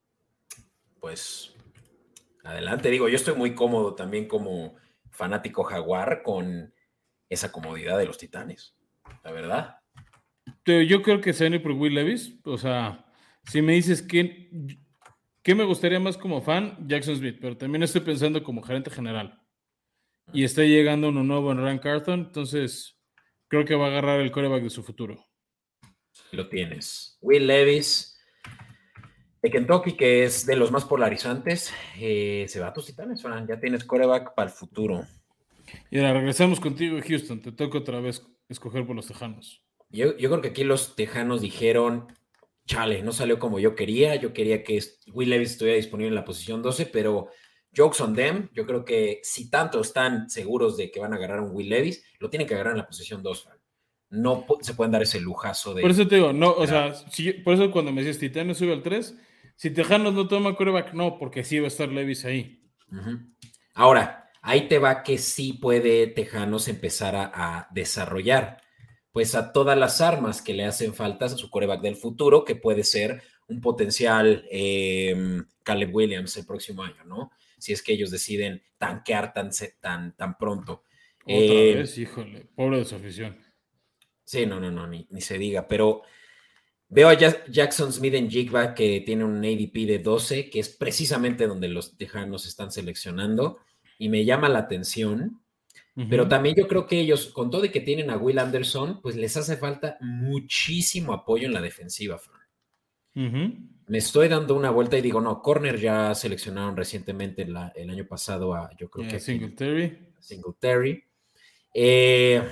Pues, adelante. Digo, yo estoy muy cómodo también como fanático jaguar con esa comodidad de los Titanes, la verdad. Yo creo que se van a ir por Will Levis. O sea, si me dices que, ¿qué me gustaría más como fan? Jackson Smith, pero también estoy pensando como gerente general. Y está llegando uno nuevo en Ryan Carthon, entonces creo que va a agarrar el quarterback de su futuro. Lo tienes. Will Levis de Kentucky, que es de los más polarizantes, eh, se va a tus Titanes, Fran. Ya tienes quarterback para el futuro. Y ahora regresamos contigo, Houston. Te toca otra vez escoger por los Tejanos. Yo, yo creo que aquí los Tejanos dijeron, chale, no salió como yo quería. Yo quería que Will Levis estuviera disponible en la posición doce, pero jokes on them. Yo creo que si tanto están seguros de que van a agarrar un Will Levis, lo tienen que agarrar en la posición dos, Fran. No se pueden dar ese lujazo de... Por eso te digo, no, o sea, si, por eso cuando me decías Titanes sube al tres, si Tejanos no toma quarterback, no, porque sí va a estar Levis ahí. Uh-huh. Ahora, ahí te va que sí puede Tejanos empezar a, a desarrollar, pues a todas las armas que le hacen falta a su quarterback del futuro, que puede ser un potencial eh, Caleb Williams el próximo año, ¿no? Si es que ellos deciden tanquear tan, tan, tan pronto. Otra eh, vez, híjole, pobre de su afición. Sí, no, no, no, ni, ni se diga, pero veo a Jackson Smith en Jigba que tiene un A D P de doce, que es precisamente donde los Tejanos están seleccionando, y me llama la atención, uh-huh. Pero también yo creo que ellos, con todo y que tienen a Will Anderson, pues les hace falta muchísimo apoyo en la defensiva, Fran. Uh-huh. Me estoy dando una vuelta y digo, no, corner ya seleccionaron recientemente la, el año pasado a, yo creo yeah, que... Singletary. Singletary. Eh...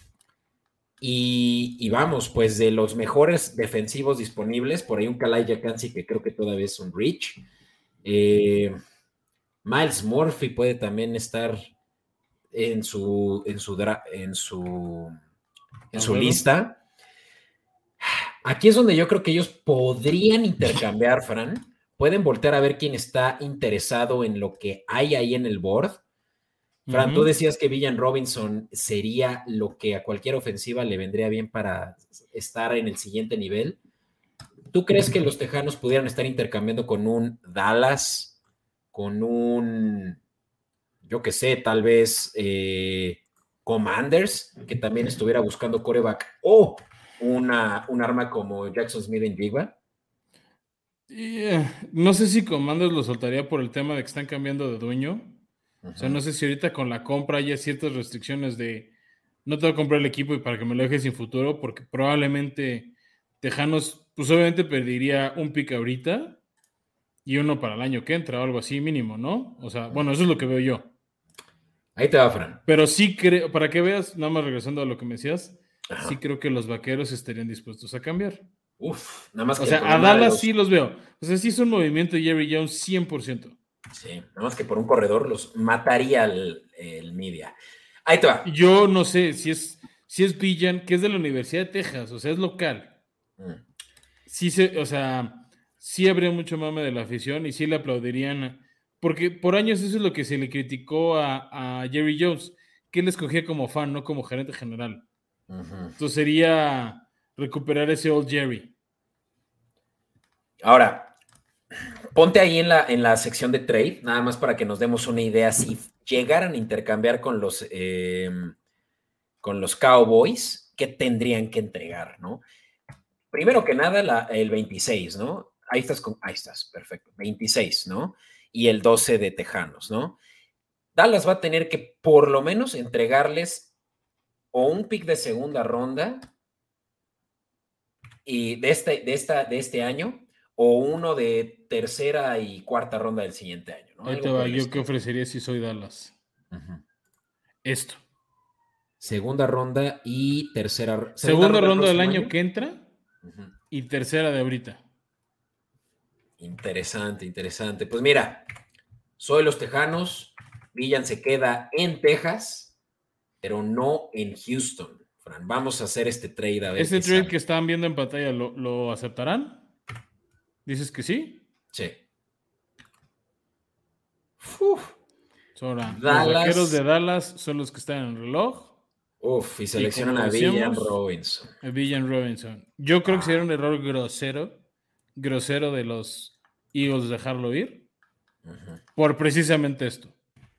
Y, y vamos, pues de los mejores defensivos disponibles, por ahí un Kalai Yakansi que creo que todavía es un reach. Eh, Miles Murphy puede también estar en su, en su, en su, en su lista. Aquí es donde yo creo que ellos podrían intercambiar, Fran. Pueden voltear a ver quién está interesado en lo que hay ahí en el board. Fran, uh-huh. Tú decías que Villan Robinson sería lo que a cualquier ofensiva le vendría bien para estar en el siguiente nivel. ¿Tú crees que los Tejanos pudieran estar intercambiando con un Dallas con un, yo qué sé, tal vez eh, Commanders, que también estuviera buscando quarterback, o una, un arma como Jackson Smith-Njigba. Yeah. No sé si Commanders lo soltaría por el tema de que están cambiando de dueño. Uh-huh. O sea, no sé si ahorita con la compra haya ciertas restricciones de no te voy a comprar el equipo y para que me lo dejes sin futuro, porque probablemente Tejanos, pues obviamente perdería un pick ahorita y uno para el año que entra o algo así mínimo, ¿no? O sea, bueno, eso es lo que veo yo. Ahí te va, Fran. Pero sí creo, para que veas, nada más regresando a lo que me decías, Ajá. sí creo que los vaqueros estarían dispuestos a cambiar. Uf, nada más que o sea, a Dallas los... sí los veo. O sea, sí es un movimiento de Jerry Jones cien por ciento. Sí, nada más que por un corredor los mataría el, el media. Ahí te va. Yo no sé si es, si es Villan, que es de la Universidad de Texas, o sea, es local. Mm. Sí, se, o sea, sí habría mucho mame de la afición y sí le aplaudirían. Porque por años eso es lo que se le criticó a, a Jerry Jones, que él escogía como fan, no como gerente general. Uh-huh. Entonces sería recuperar ese old Jerry. Ahora, ponte ahí en la, en la sección de trade, nada más para que nos demos una idea. Si llegaran a intercambiar con los, eh, con los Cowboys, ¿qué tendrían que entregar, no? Primero que nada, la, el veintiséis, ¿no? Ahí estás, con, ahí estás, perfecto. veintiséis, ¿no? Y el doce de Tejanos, ¿no? Dallas va a tener que por lo menos entregarles o un pick de segunda ronda y de este, de esta, de este año o uno de tercera y cuarta ronda del siguiente año, ¿no? Ahí te va, yo qué ofrecería si soy Dallas. Uh-huh. Esto. Segunda ronda y tercera. Segunda, segunda ronda, ronda del año, año que entra uh-huh. y tercera de ahorita. Interesante, interesante. Pues mira, soy los Tejanos. Villan se queda en Texas, pero no en Houston. Fran, vamos a hacer este trade a ver. ¿Este trade sale. Que están viendo en pantalla lo, lo aceptarán? ¿Dices que sí? Sí. Uf. Ahora, Dallas. Los vaqueros de Dallas son los que están en el reloj. Uf, y seleccionan y a Villan Robinson. A Villan Robinson. Yo creo ah. que sería un error grosero, grosero de los Eagles dejarlo ir, uh-huh. por precisamente esto.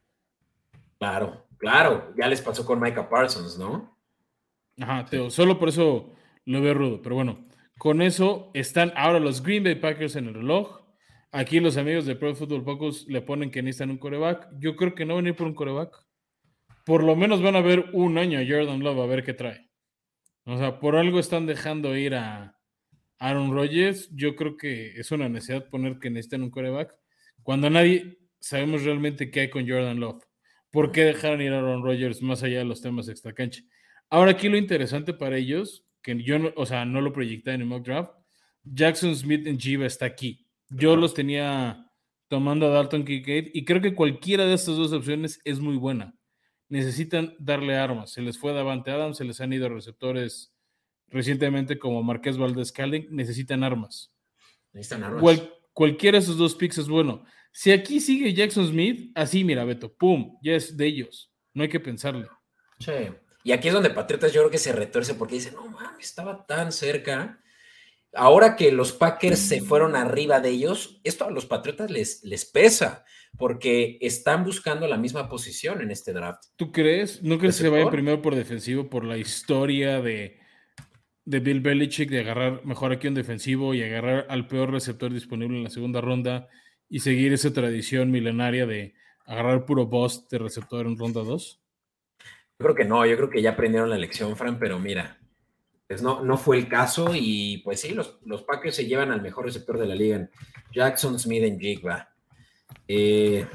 Claro, claro. Ya les pasó con Micah Parsons, ¿no? Ajá, Teo. Sí. Solo por eso lo veo rudo. Pero bueno, con eso están ahora los Green Bay Packers en el reloj. Aquí los amigos de Pro Football Focus le ponen que necesitan un quarterback. Yo creo que no van a ir por un quarterback. Por lo menos van a ver un año a Jordan Love a ver qué trae. O sea, por algo están dejando ir a Aaron Rodgers. Yo creo que es una necesidad poner que necesitan un quarterback cuando nadie sabemos realmente qué hay con Jordan Love. ¿Por qué dejaron ir a Aaron Rodgers más allá de los temas extracancha? Ahora aquí lo interesante para ellos, que yo no, o sea, no lo proyecté en el mock draft, Jackson Smith-Njigba está aquí. Yo los tenía tomando a Dalton Kincaid y creo que cualquiera de estas dos opciones es muy buena. Necesitan darle armas. Se les fue Davante Adams, se les han ido receptores recientemente como Marqués Valdez-Scantling. Necesitan armas. Necesitan armas. Cual, cualquiera de esos dos picks es bueno. Si aquí sigue Jackson Smith, así mira, Beto, pum, ya es de ellos. No hay que pensarle. Sí. Y aquí es donde Patriotas yo creo que se retuerce porque dice, no mames, estaba tan cerca. Ahora que los Packers se fueron arriba de ellos, esto a los Patriotas les, les pesa, porque están buscando la misma posición en este draft. ¿Tú crees? ¿No crees que se vayan primero por defensivo por la historia de, de Bill Belichick de agarrar mejor aquí un defensivo y agarrar al peor receptor disponible en la segunda ronda y seguir esa tradición milenaria de agarrar puro bust de receptor en ronda dos? Yo creo que no, yo creo que ya aprendieron la lección, Fran, pero mira, pues no, no fue el caso y pues sí, los, los Packers se llevan al mejor receptor de la liga, Jackson Smith-Njigba. Eh,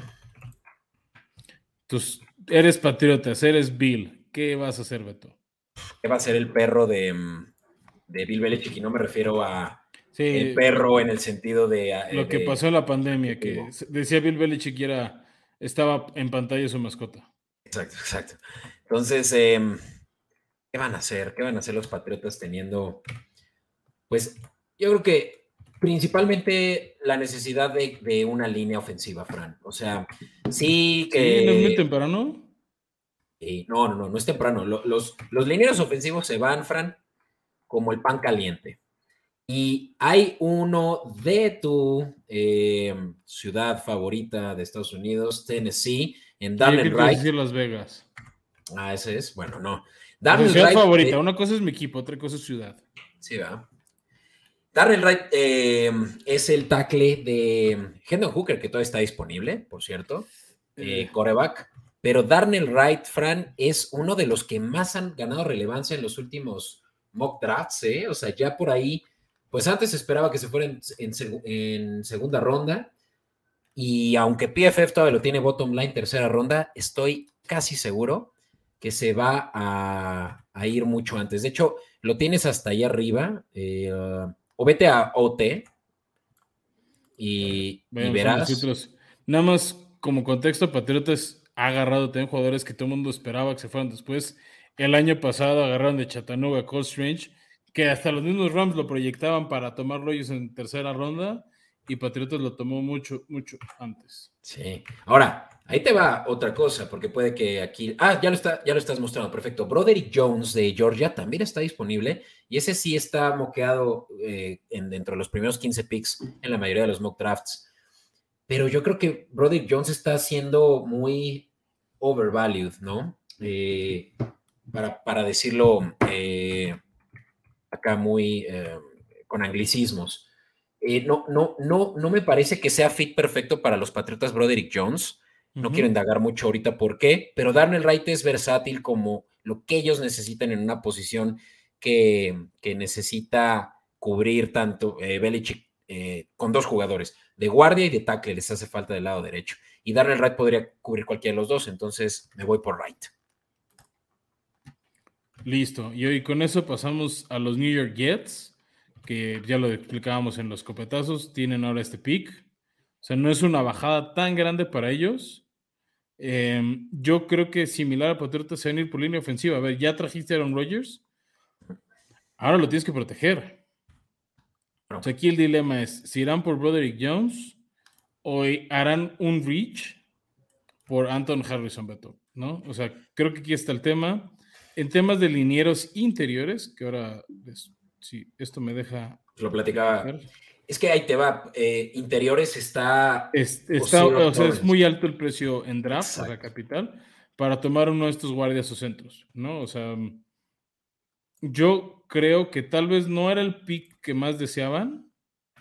Tus, eres Patriotas, eres Bill. ¿Qué vas a hacer, Beto? ¿Qué va a ser el perro de, de Bill Belichick? Y no me refiero a sí, el perro en el sentido de... Lo de, que pasó en la pandemia, de que decía Bill Belichick que era, estaba en pantalla su mascota. Exacto, exacto. Entonces, eh, ¿qué van a hacer? ¿Qué van a hacer los Patriotas teniendo? Pues yo creo que principalmente la necesidad de, de una línea ofensiva, Fran. O sea, sí que... ¿Sí? ¿No es muy temprano? Sí, no, no, no, no es temprano. Los, los, los linieros ofensivos se van, Fran, como el pan caliente. Y hay uno de tu eh, ciudad favorita de Estados Unidos, Tennessee, en Ah, yo Darnell creo que ibas a Wright. decir Las Vegas. Ah, ese es, bueno, no. O sea, Darnell ciudad Wright. favorita. eh, Una cosa es mi equipo, otra cosa es ciudad. sí, va. Darnell Wright eh, es el tackle de Hendon Hooker, que todavía está disponible, por cierto, eh, Eh, coreback. Pero Darnell Wright, Fran, es uno de los que más han ganado relevancia en los últimos mock drafts, ¿eh? O sea, ya por ahí, pues antes se esperaba que se fuera en, en, seg en segunda ronda. Y aunque P F F todavía lo tiene bottom line tercera ronda, estoy casi seguro que se va a, a ir mucho antes. De hecho, lo tienes hasta allá arriba. Eh, uh, o vete a O T y, y Veamos unos verás. títulos. Nada más como contexto, Patriotas ha agarrado también jugadores que todo el mundo esperaba que se fueran después. El año pasado agarraron de Chattanooga a Cole Strange, que hasta los mismos Rams lo proyectaban para tomarlo ellos en tercera ronda, y Patriotas lo tomó mucho, mucho antes. Sí. Ahora, ahí te va otra cosa, porque puede que aquí. Ah, ya lo, está, ya lo estás mostrando, perfecto. Broderick Jones de Georgia también está disponible, y ese sí está moqueado eh, en, dentro de los primeros quince picks en la mayoría de los mock drafts. Pero yo creo que Broderick Jones está siendo muy overvalued, ¿no? Eh, para, para, decirlo eh, acá muy eh, con anglicismos. Eh, no, no, no, no me parece que sea fit perfecto para los Patriotas Broderick Jones. No Uh-huh. quiero indagar mucho ahorita por qué, pero Darnell Wright es versátil como lo que ellos necesitan en una posición que, que necesita cubrir tanto eh, Belichick eh, con dos jugadores, de guardia y de tackle, les hace falta del lado derecho. Y Darnell Wright podría cubrir cualquiera de los dos, entonces me voy por Wright. Listo. Y hoy con eso pasamos a los New York Jets, que ya lo explicábamos en los copetazos, tienen ahora este pick. O sea, no es una bajada tan grande para ellos. Eh, yo creo que similar a Patriotas se van a ir por línea ofensiva. A ver, ya trajiste a Aaron Rodgers, ahora lo tienes que proteger. No. O sea, aquí el dilema es, si irán por Broderick Jones o harán un reach por Anton Harrison, Beto, ¿no? O sea, creo que aquí está el tema. En temas de linieros interiores, que ahora, pues, si esto me deja... Lo platicaba. platicar. Es que ahí te va. Eh, interiores está. Es, está, Osiro o sea, es Torrens. muy alto el precio en draft, Exacto. o sea, capital, para tomar uno de estos guardias o centros, ¿no? O sea, yo creo que tal vez no era el pick que más deseaban,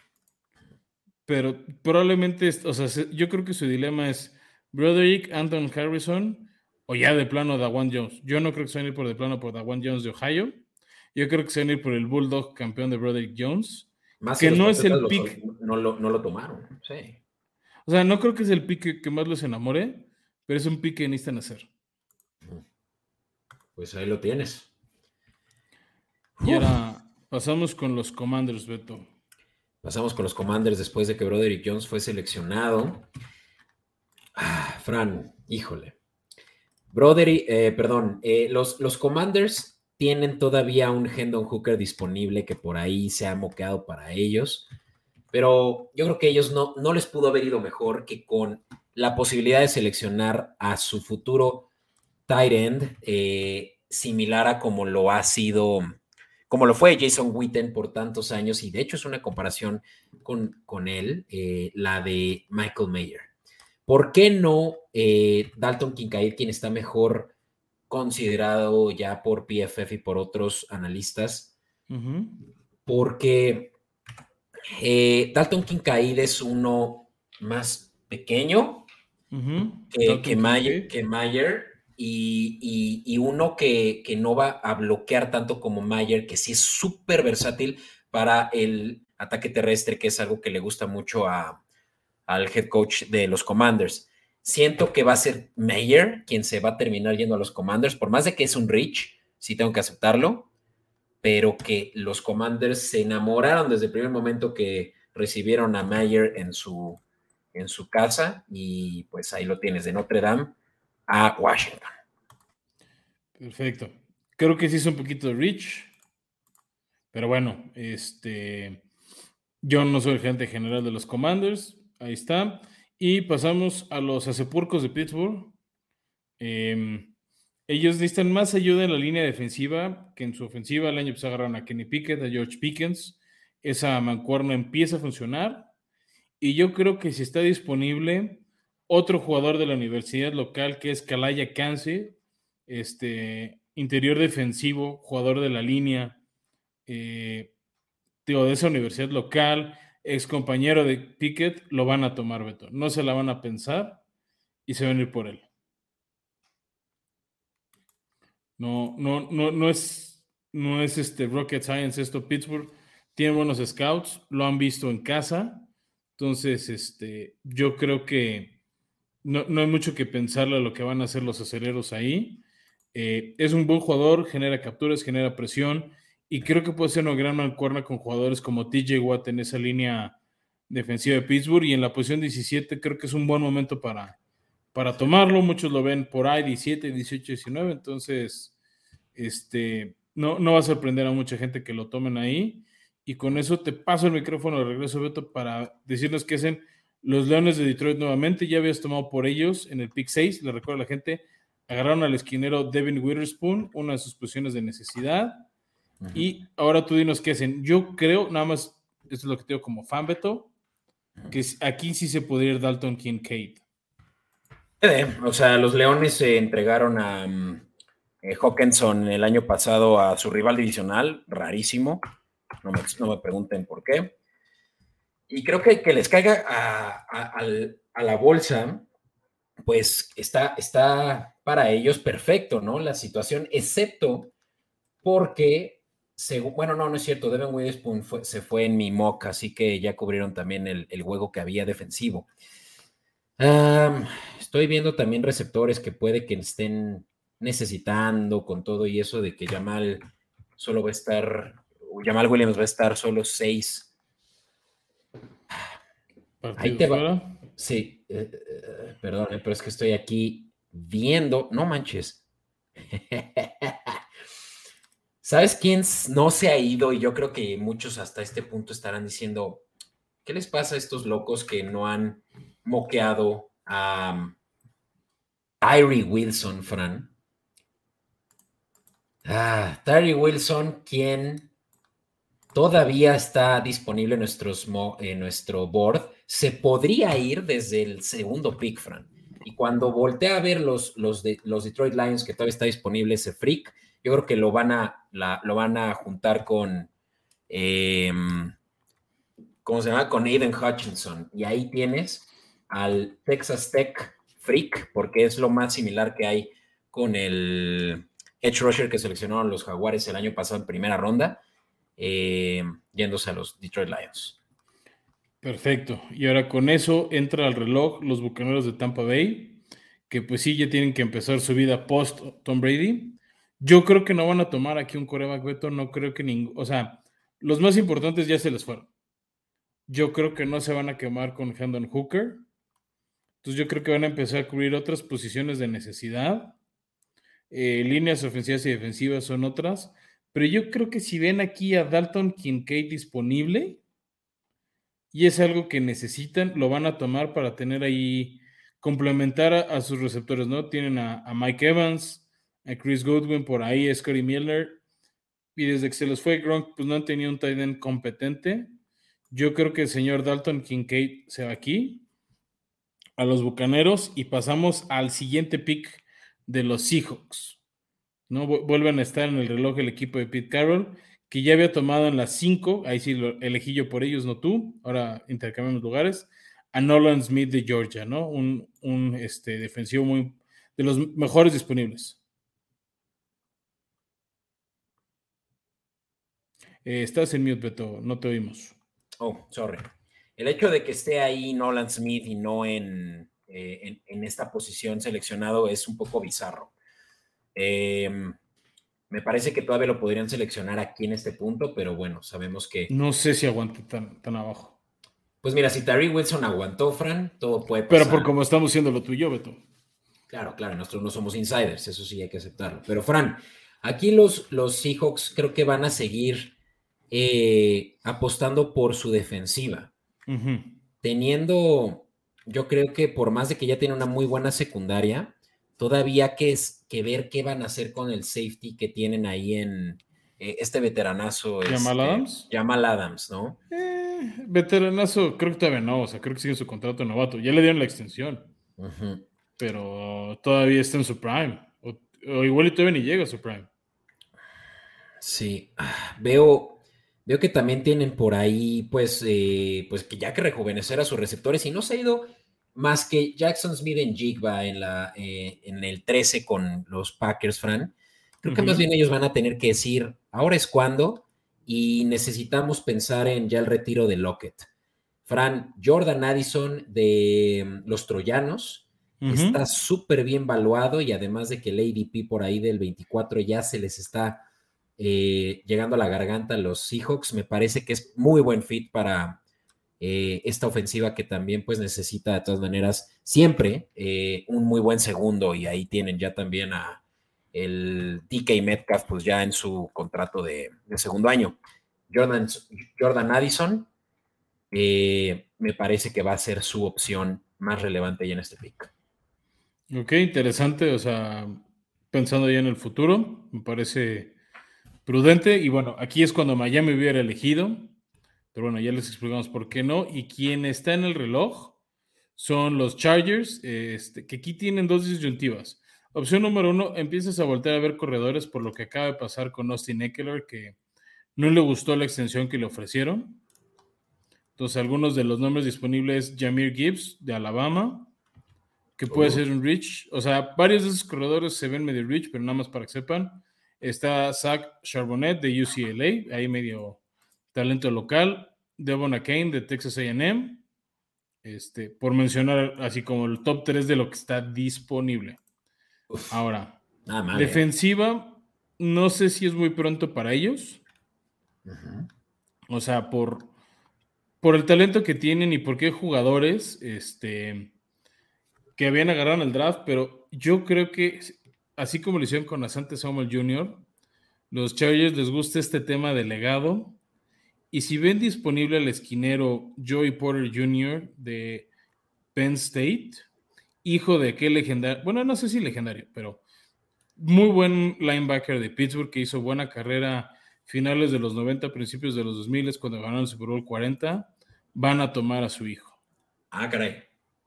pero probablemente, o sea, yo creo que su dilema es Broderick, Anton Harrison o ya de plano Dawan Jones. Yo no creo que se van a ir por de plano por Dawan Jones de Ohio. Yo creo que se van a ir por el Bulldog campeón de Broderick Jones, Más que si los no es el los, pick. no, lo, no lo tomaron. Sí. O sea, no creo que es el pick que, que más los enamore, pero es un pick que necesitan hacer. Pues ahí lo tienes. Y ahora pasamos con los Commanders, Beto. Pasamos con los Commanders después de que Broderick Jones fue seleccionado. Ah, Fran, híjole. Broderick, eh, perdón, eh, los, los Commanders tienen todavía un Hendon Hooker disponible que por ahí se ha moqueado para ellos, pero yo creo que ellos no, no les pudo haber ido mejor que con la posibilidad de seleccionar a su futuro tight end, eh, similar a como lo ha sido, como lo fue Jason Witten por tantos años, y de hecho es una comparación con, con él, eh, la de Michael Mayer. ¿Por qué no eh, Dalton Kincaid, quien está mejor considerado ya por P F F y por otros analistas? Uh-huh. Porque eh, Dalton Kincaid es uno más pequeño uh-huh. que, que, Mayer, que Mayer y, y, y uno que, que no va a bloquear tanto como Mayer, que sí es súper versátil para el ataque terrestre, que es algo que le gusta mucho a, al head coach de los Commanders. Siento que va a ser Mayer quien se va a terminar yendo a los Commanders, por más de que es un reach, sí tengo que aceptarlo, pero que los Commanders se enamoraron desde el primer momento que recibieron a Mayer en su, en su casa, y pues ahí lo tienes, de Notre Dame a Washington. Perfecto. Creo que sí es un poquito de reach, pero bueno, este, yo no soy el gerente general de los Commanders, ahí está. Y pasamos a los Acepurcos de Pittsburgh. Eh, ellos necesitan más ayuda en la línea defensiva que en su ofensiva. El año pasado agarraron a Kenny Pickett, a George Pickens, esa mancuerna empieza a funcionar, y yo creo que si está disponible otro jugador de la universidad local, que es Kalaya Kansi, este, interior defensivo, jugador de la línea, eh, digo, de esa universidad local, ex compañero de Pickett, lo van a tomar, Beto. No se la van a pensar y se van a ir por él. No, no, no, no es, no es este rocket science esto. Pittsburgh tiene buenos scouts, lo han visto en casa. Entonces, este, yo creo que no, no hay mucho que pensarle a lo que van a hacer los aceleros ahí. Eh, es un buen jugador, genera capturas, genera presión, y creo que puede ser una gran mancuerna con jugadores como T J Watt en esa línea defensiva de Pittsburgh, y en la posición diecisiete creo que es un buen momento para, para tomarlo. Muchos lo ven por ahí, diecisiete, dieciocho, diecinueve, entonces este, no, no va a sorprender a mucha gente que lo tomen ahí. Y con eso te paso el micrófono de regreso, Beto, para decirnos qué hacen los Leones de Detroit nuevamente. Ya habías tomado por ellos en el pick seis, le recuerdo a la gente, agarraron al esquinero Devin Witherspoon, una de sus posiciones de necesidad. Uh-huh. Y ahora tú dinos qué hacen. Yo creo, nada más, esto es lo que te digo como fan, Beto, que aquí sí se podría ir Dalton Kincaid. O sea, los Leones se entregaron a um, eh, Hawkinson el año pasado a su rival divisional, rarísimo, no me, no me pregunten por qué. Y creo que que les caiga a, a, a la bolsa, pues está, está para ellos perfecto, ¿no? La situación, excepto porque, según, bueno, no, no es cierto, Devin Witherspoon fue, se fue en mi mock, así que ya cubrieron también el, el juego que había defensivo. Um, estoy viendo también receptores que puede que estén necesitando con todo y eso de que Jamal solo va a estar, Jamal Williams va a estar solo seis. Ahí te va. Sí, eh, eh, perdón, pero es que estoy aquí viendo, no manches. ¿Sabes quién no se ha ido? Y yo creo que muchos hasta este punto estarán diciendo, ¿qué les pasa a estos locos que no han moqueado a um, Tyree Wilson, Fran? Ah, Tyree Wilson, quien todavía está disponible en, nuestros, en nuestro board, se podría ir desde el segundo pick, Fran. Y cuando voltea a ver los, los, de, los Detroit Lions, que todavía está disponible ese freak, yo creo que lo van a, la, lo van a juntar con, eh, ¿cómo se llama? Con Aiden Hutchinson. Y ahí tienes al Texas Tech freak, porque es lo más similar que hay con el edge rusher que seleccionaron los Jaguares el año pasado en primera ronda, eh, yéndose a los Detroit Lions. Perfecto. Y ahora con eso entra al reloj los Bucaneros de Tampa Bay, que pues sí, ya tienen que empezar su vida post Tom Brady. Yo creo que no van a tomar aquí un quarterback, Beto, no creo que ningún, o sea, los más importantes ya se les fueron. Yo creo que no se van a quemar con Hendon Hooker. Entonces yo creo que van a empezar a cubrir otras posiciones de necesidad. Eh, líneas ofensivas y defensivas son otras. Pero yo creo que si ven aquí a Dalton Kincaid disponible y es algo que necesitan, lo van a tomar para tener ahí, complementar a, a sus receptores, ¿no? Tienen a, a Mike Evans, a Chris Godwin, por ahí a Scotty Miller, y desde que se les fue Gronk, pues no han tenido un tight end competente. Yo creo que el señor Dalton Kincaid se va aquí a los Bucaneros y pasamos al siguiente pick de los Seahawks, ¿no? Vuelven a estar en el reloj el equipo de Pete Carroll, que ya había tomado en las cinco, ahí sí lo elegí yo por ellos, no tú, ahora intercambiamos lugares, a Nolan Smith de Georgia, ¿no? Un, un este, defensivo muy, de los mejores disponibles. Eh, estás en mute, Beto, no te oímos. Oh, sorry. El hecho de que esté ahí Nolan Smith y no en, eh, en, en esta posición seleccionado es un poco bizarro. Eh, me parece que todavía lo podrían seleccionar aquí en este punto, pero bueno, sabemos que... No sé si aguante tan, tan abajo. Pues mira, si Tyree Wilson aguantó, Fran, todo puede pasar. Pero por como estamos siendo lo tuyo, Beto. Claro, claro, nosotros no somos insiders, eso sí hay que aceptarlo. Pero Fran, aquí los, los Seahawks creo que van a seguir eh, apostando por su defensiva. Uh-huh. Teniendo, yo creo que por más de que ya tiene una muy buena secundaria, todavía que es que ver qué van a hacer con el safety que tienen ahí en, eh, este veteranazo. ¿Jamal este, Adams? Jamal Adams, ¿no? Eh, veteranazo, creo que todavía no, o sea, creo que sigue su contrato de novato. Ya le dieron la extensión, Uh-huh. pero todavía está en su prime. O, o igual y todavía ni llega a su prime. Sí, ah, veo, veo que también tienen por ahí, pues, eh, pues que ya que rejuvenecer a sus receptores y no se ha ido más que Jackson Smith en Jigba en, la, eh, en el trece con los Packers, Fran. Creo que más Ujú. bien ellos van a tener que decir, ahora es cuando y necesitamos pensar en ya el retiro de Lockett. Fran, Jordan Addison de mm, los Troyanos está Ujú. súper bien valuado y además de que el A D P por ahí del veinticuatro ya se les está eh, llegando a la garganta a los Seahawks, me parece que es muy buen fit para eh, esta ofensiva que también pues necesita de todas maneras siempre eh, un muy buen segundo y ahí tienen ya también a el D K Metcalf pues ya en su contrato de, de segundo año. Jordan, Jordan Addison eh, me parece que va a ser su opción más relevante ya en este pick. Ok, interesante, o sea, pensando ya en el futuro, me parece prudente. Y bueno, aquí es cuando Miami hubiera elegido, pero bueno, ya les explicamos por qué no. Y quien está en el reloj son los Chargers, este, que aquí tienen dos disyuntivas. Opción número uno, empiezas a voltear a ver corredores por lo que acaba de pasar con Austin Eckler, que no le gustó la extensión que le ofrecieron. Entonces, algunos de los nombres disponibles, Jahmyr Gibbs de Alabama, que puede Uh, ser un reach. O sea, varios de esos corredores se ven medio reach, pero nada más para que sepan. Está Zach Charbonnet de U C L A, ahí medio talento local. Devon Achane de Texas A and M. Este, por mencionar así como el top tres de lo que está disponible. uf, Ahora, nada mal, ¿eh? defensiva, no sé si es muy pronto para ellos. Uh-huh. O sea, por, por el talento que tienen y porque hay jugadores, este, que habían agarrado en el draft, pero yo creo que, así como lo hicieron con Asante Samuel junior, los Chargers les gusta este tema de legado. Y si ven disponible el esquinero Joey Porter junior de Penn State, hijo de aquel legendario, bueno, no sé si legendario, pero muy buen linebacker de Pittsburgh que hizo buena carrera finales de los noventa, principios de los dos mil, cuando ganaron el Super Bowl cuarenta, van a tomar a su hijo. Ah, caray.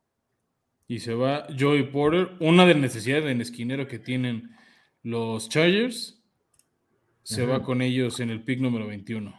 Y se va Joey Porter, una de necesidades en esquinero que tienen los Chargers, se Uh-huh. va con ellos en el pick número veintiuno.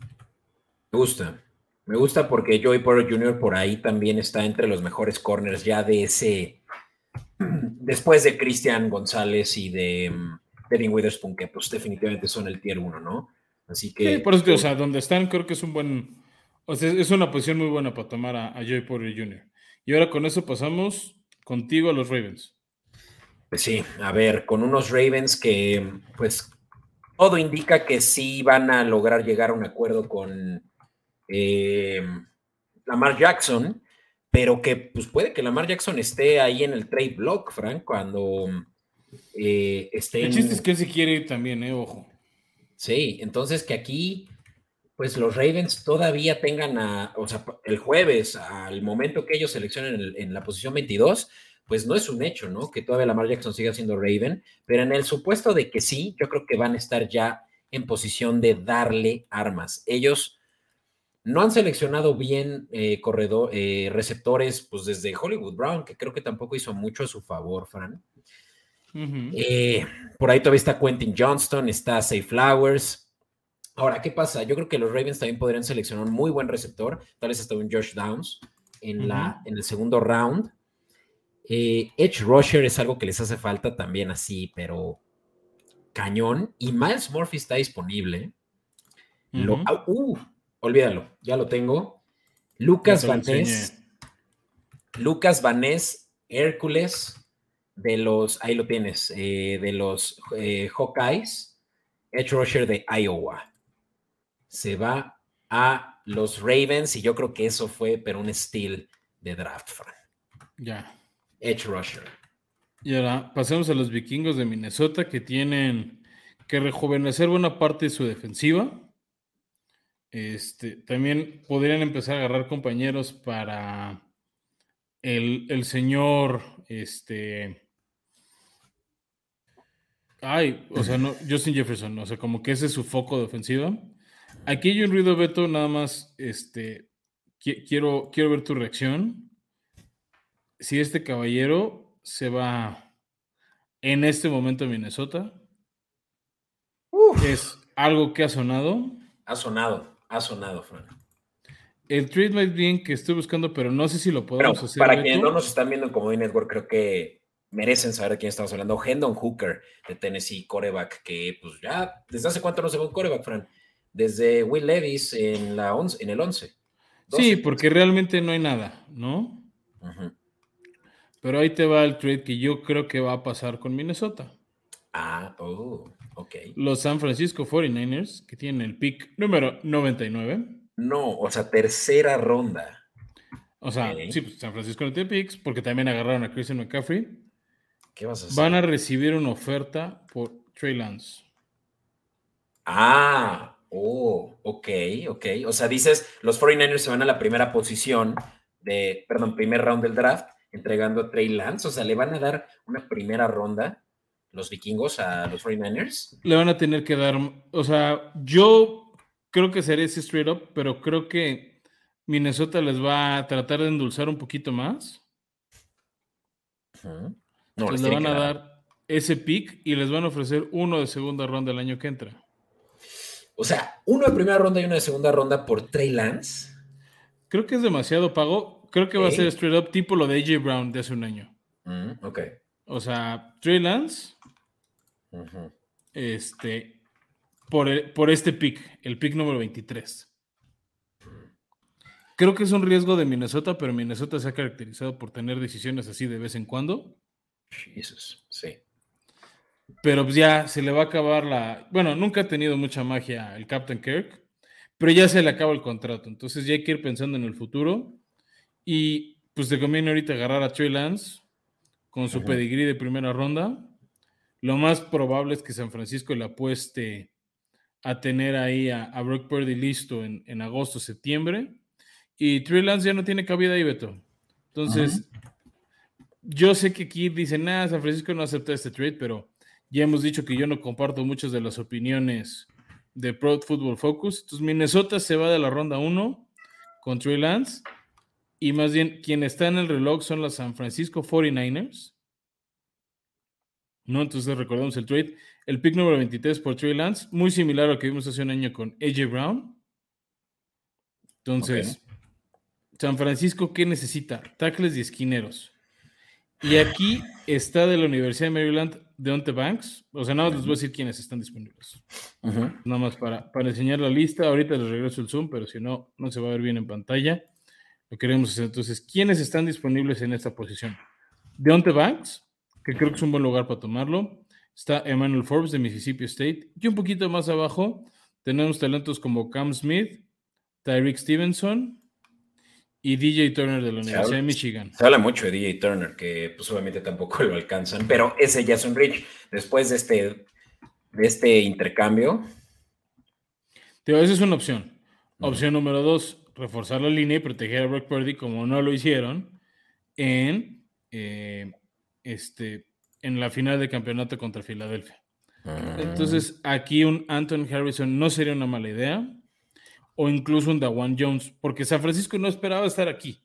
Me gusta. Me gusta porque Joey Porter junior por ahí también está entre los mejores corners ya de ese. Después de Cristian González y de um, Devin Witherspoon, que pues definitivamente son el tier uno, ¿no? Así Sí, que. por eso, tío, o sea, donde están creo que es un buen, o sea, es una posición muy buena para tomar a, a Joey Porter junior Y ahora con eso pasamos contigo a los Ravens. Pues sí, a ver, con unos Ravens que, pues, todo indica que sí van a lograr llegar a un acuerdo con eh, Lamar Jackson, pero que, pues, puede que Lamar Jackson esté ahí en el trade block, Frank, cuando eh, El chiste es estén. que él se quiere ir también, eh, ojo. Sí, entonces que aquí, pues, los Ravens todavía tengan a, o sea, el jueves, al momento que ellos seleccionen en, el, en la posición veintidós, pues no es un hecho, ¿no? Que todavía Lamar Jackson siga siendo Raven, pero en el supuesto de que sí, yo creo que van a estar ya en posición de darle armas. Ellos no han seleccionado bien eh, corredor, eh, receptores, pues desde Hollywood Brown, que creo que tampoco hizo mucho a su favor, Fran. Uh-huh. Eh, por ahí todavía está Quentin Johnston, está Zay Flowers. Ahora, ¿qué pasa? Yo creo que los Ravens también podrían seleccionar un muy buen receptor, tal vez hasta un Josh Downs en, Uh-huh. la, en el segundo round. Eh, Edge Rusher es algo que les hace falta también así, pero cañón. Y Miles Murphy está disponible. Lo, Uh-huh. uh, olvídalo, ya lo tengo. Ya Lucas te lo Van Ness, enseñé. Lucas Van Ness, Hércules, de los, ahí lo tienes, eh, de los eh, Hawkeyes, Edge Rusher de Iowa. Se va a los Ravens y yo creo que eso fue, pero un steal de draft, Fran. Ya. Edge Rusher. Y ahora pasemos a los vikingos de Minnesota que tienen que rejuvenecer buena parte de su defensiva. Este, también podrían empezar a agarrar compañeros para el, el señor, este, Ay, o sea, no, Justin Jefferson, o sea, como que ese es su foco de ofensiva. Aquí hay un ruido, Beto, nada más, este, qui- quiero, quiero ver tu reacción. Si este caballero se va en este momento a Minnesota, Uf, es algo que ha sonado. ha sonado, ha sonado, Fran. El trade más bien que estoy buscando, pero no sé si lo podemos Bueno, hacer, para quienes no Beto. nos están viendo en Comedy Network, creo que merecen saber de quién estamos hablando. Hendon Hooker, de Tennessee, coreback, que pues ya, ¿desde hace cuánto no se ve un coreback, Fran? Desde Will Levis en, la once, en el once. Sí, doce, porque realmente no hay nada, ¿no? Uh-huh. Pero ahí te va el trade que yo creo que va a pasar con Minnesota. Ah, oh, ok. Los San Francisco cuarenta y nueve ers, que tienen el pick número noventa y nueve. No, o sea, tercera ronda. O Ok. sea, sí, pues San Francisco no tiene picks porque también agarraron a Christian McCaffrey. ¿Qué vas a Van hacer? a recibir una oferta por Trey Lance. Ah, oh, ok, ok. O sea, dices, los cuarenta y nueve ers se van a la primera posición de, perdón, primer round del draft, entregando a Trey Lance. O sea, le van a dar una primera ronda los vikingos a los cuarenta y nueve ers. Le van a tener que dar, o sea, yo creo que sería ese straight up, pero creo que Minnesota les va a tratar de endulzar un poquito más. Uh-huh. No, Entonces les le tiene van que a dar. dar ese pick y les van a ofrecer uno de segunda ronda el año que entra. O sea, uno de primera ronda y uno de segunda ronda por Trey Lance. Creo que es demasiado pago. Creo que va a ser Ok. straight up tipo lo de A J Brown de hace un año. Mm, ok. O sea, Trey Lance, Uh-huh. este, por, el- por este pick, el pick número veintitrés. Creo que es un riesgo de Minnesota, pero Minnesota se ha caracterizado por tener decisiones así de vez en cuando. Jesus, sí. Pero pues ya se le va a acabar la... Bueno, nunca ha tenido mucha magia el Captain Kirk, pero ya se le acaba el contrato. Entonces ya hay que ir pensando en el futuro. Y pues te conviene ahorita agarrar a Trey Lance con su Uh-huh. pedigrí de primera ronda. Lo más probable es que San Francisco le apueste a tener ahí a, a Brock Purdy listo en, en agosto, septiembre. Y Trey Lance ya no tiene cabida ahí, Beto. Entonces, uh-huh. Yo sé que aquí dicen, nada, San Francisco no acepta este trade, pero ya hemos dicho que yo no comparto muchas de las opiniones de Pro Football Focus. Entonces, Minnesota se va de la ronda uno con Trey Lance. Y más bien, quien está en el reloj son los San Francisco cuarenta y nueve ers. ¿No? Entonces recordamos el trade. El pick número veintitrés por Trey Lance, muy similar a lo que vimos hace un año con A J Brown. Entonces, okay. San Francisco, ¿qué necesita? Tackles y esquineros. Y aquí está de la Universidad de Maryland, Deonte Banks. O sea, nada más les voy a decir quiénes están disponibles. Uh-huh. Nada más para, para enseñar la lista. Ahorita les regreso el Zoom, pero si no, no se va a ver bien en pantalla. Lo queremos hacer. Entonces, ¿quiénes están disponibles en esta posición? Deonte Banks, que creo que es un buen lugar para tomarlo. Está Emmanuel Forbes de Mississippi State. Y un poquito más abajo tenemos talentos como Cam Smith, Tyreek Stevenson y D J Turner de la Universidad habla, de Michigan. Se habla mucho de D J Turner, que pues obviamente tampoco lo alcanzan, pero ese ya es un reach. Después de este, de este intercambio. Pero esa es una opción. Uh-huh. Opción número dos, reforzar la línea y proteger a Brock Purdy como no lo hicieron en, eh, este, en la final de campeonato contra Filadelfia. Uh-huh. Entonces, aquí un Anton Harrison no sería una mala idea. O incluso un Dawan Jones, porque San Francisco no esperaba estar aquí.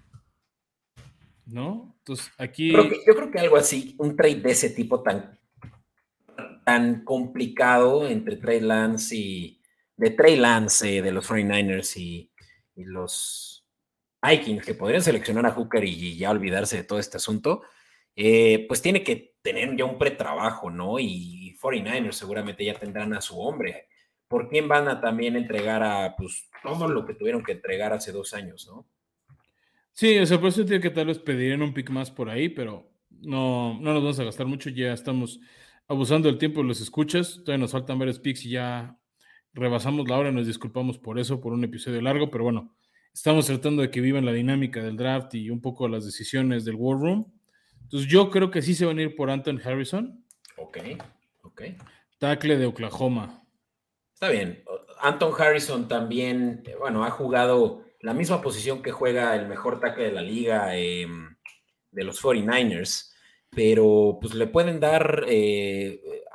¿No? Entonces, aquí... Yo creo que, yo creo que algo así, un trade de ese tipo tan, tan complicado entre Trey Lance y... De Trey Lance, eh, de los cuarenta y nueve ers y, y los Vikings, que podrían seleccionar a Hooker y, y ya olvidarse de todo este asunto, eh, pues tiene que tener ya un pretrabajo, ¿no? Y cuarenta y nueve ers seguramente ya tendrán a su hombre. ¿Por quién van a también entregar a pues todo lo que tuvieron que entregar hace dos años, ¿no? Sí, o sea, por eso tiene que tal vez pedir un pick más por ahí, pero no, no nos vamos a gastar mucho, ya estamos abusando del tiempo de los escuchas, todavía nos faltan varios picks y ya rebasamos la hora, nos disculpamos por eso, por un episodio largo, pero bueno, estamos tratando de que vivan la dinámica del draft y un poco las decisiones del War Room. Entonces yo creo que sí se van a ir por Anton Harrison. Ok, ok. Tackle de Oklahoma. Está bien. Anton Harrison también, bueno, ha jugado la misma posición que juega el mejor tackle de la liga eh, de los cuarenta y nueve ers, pero pues le pueden dar eh,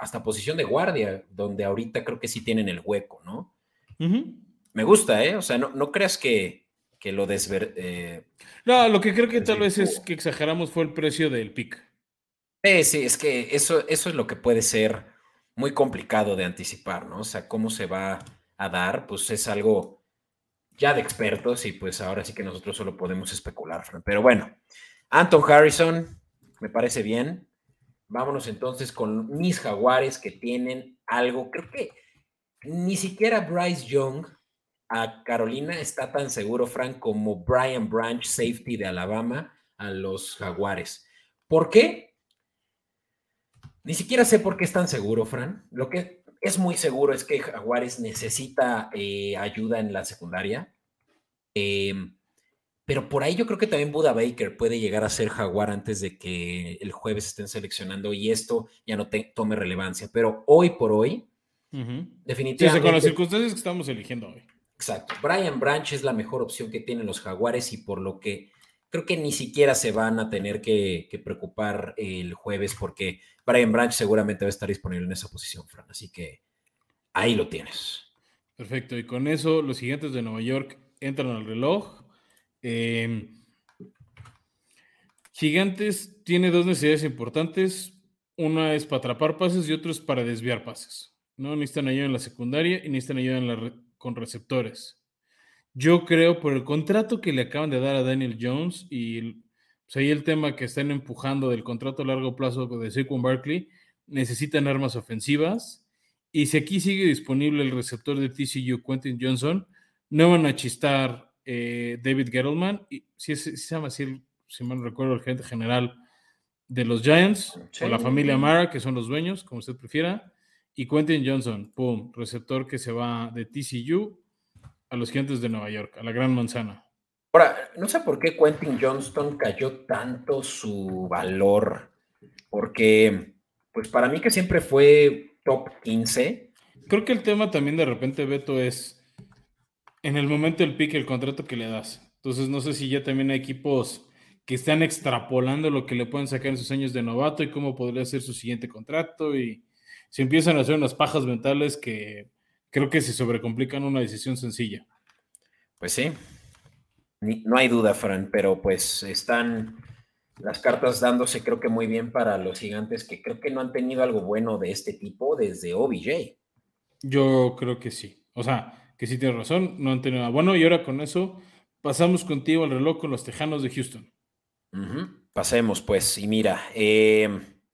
hasta posición de guardia, donde ahorita creo que sí tienen el hueco, ¿no? Uh-huh. Me gusta, ¿eh? O sea, no, no creas que, que lo desver... Eh, no, lo que creo que tal vez es que exageramos fue el precio del pick. Eh, sí, es que eso, eso es lo que puede ser muy complicado de anticipar, ¿no? O sea, cómo se va a dar, pues es algo ya de expertos y pues ahora sí que nosotros solo podemos especular, Fran. Pero bueno, Anton Harrison, me parece bien. Vámonos entonces con mis Jaguares que tienen algo, creo que ni siquiera Bryce Young a Carolina está tan seguro, Frank, como Brian Branch, safety de Alabama, a los Jaguares. ¿Por qué? Ni siquiera sé por qué es tan seguro, Fran. Lo que es muy seguro es que Jaguares necesita eh, ayuda en la secundaria. Eh, pero por ahí yo creo que también Buda Baker puede llegar a ser Jaguar antes de que el jueves estén seleccionando y esto ya no te, tome relevancia. Pero hoy por hoy, uh-huh. definitivamente... Sí, o sea, con las circunstancias que estamos eligiendo hoy. Exacto. Brian Branch es la mejor opción que tienen los Jaguares y por lo que creo que ni siquiera se van a tener que, que preocupar el jueves porque Brian Branch seguramente va a estar disponible en esa posición, Fran. Así que ahí lo tienes. Perfecto. Y con eso los Gigantes de Nueva York entran al reloj. Eh, Gigantes tiene dos necesidades importantes. Una es para atrapar pases y otra es para desviar pases. ¿No? Necesitan ayuda en la secundaria y necesitan ayuda en la re- con receptores. Yo creo por el contrato que le acaban de dar a Daniel Jones y pues ahí el tema que están empujando del contrato a largo plazo de Saquon Barkley, necesitan armas ofensivas y si aquí sigue disponible el receptor de T C U, Quentin Johnson, no van a chistar eh, David Gettleman, y si, si se llama así, si mal no recuerdo, el gerente general de los Giants, sí, o la familia Mara, que son los dueños, como usted prefiera, y Quentin Johnson, pum, receptor que se va de T C U a los Gigantes de Nueva York, a la Gran Manzana. Ahora, no sé por qué Quentin Johnston cayó tanto su valor, porque pues para mí que siempre fue top quince. Creo que el tema también de repente, Beto, es en el momento del pick el contrato que le das. Entonces no sé si ya también hay equipos que están extrapolando lo que le pueden sacar en sus años de novato y cómo podría ser su siguiente contrato y se empiezan a hacer unas pajas mentales que creo que se sobrecomplican una decisión sencilla. Pues sí, no hay duda, Fran, pero pues están las cartas dándose creo que muy bien para los Gigantes que creo que no han tenido algo bueno de este tipo desde O B J. Yo creo que sí, o sea, que sí tienes razón, no han tenido nada bueno y ahora con eso pasamos contigo al reloj con los Tejanos de Houston. Uh-huh. Pasemos pues, y mira, eh,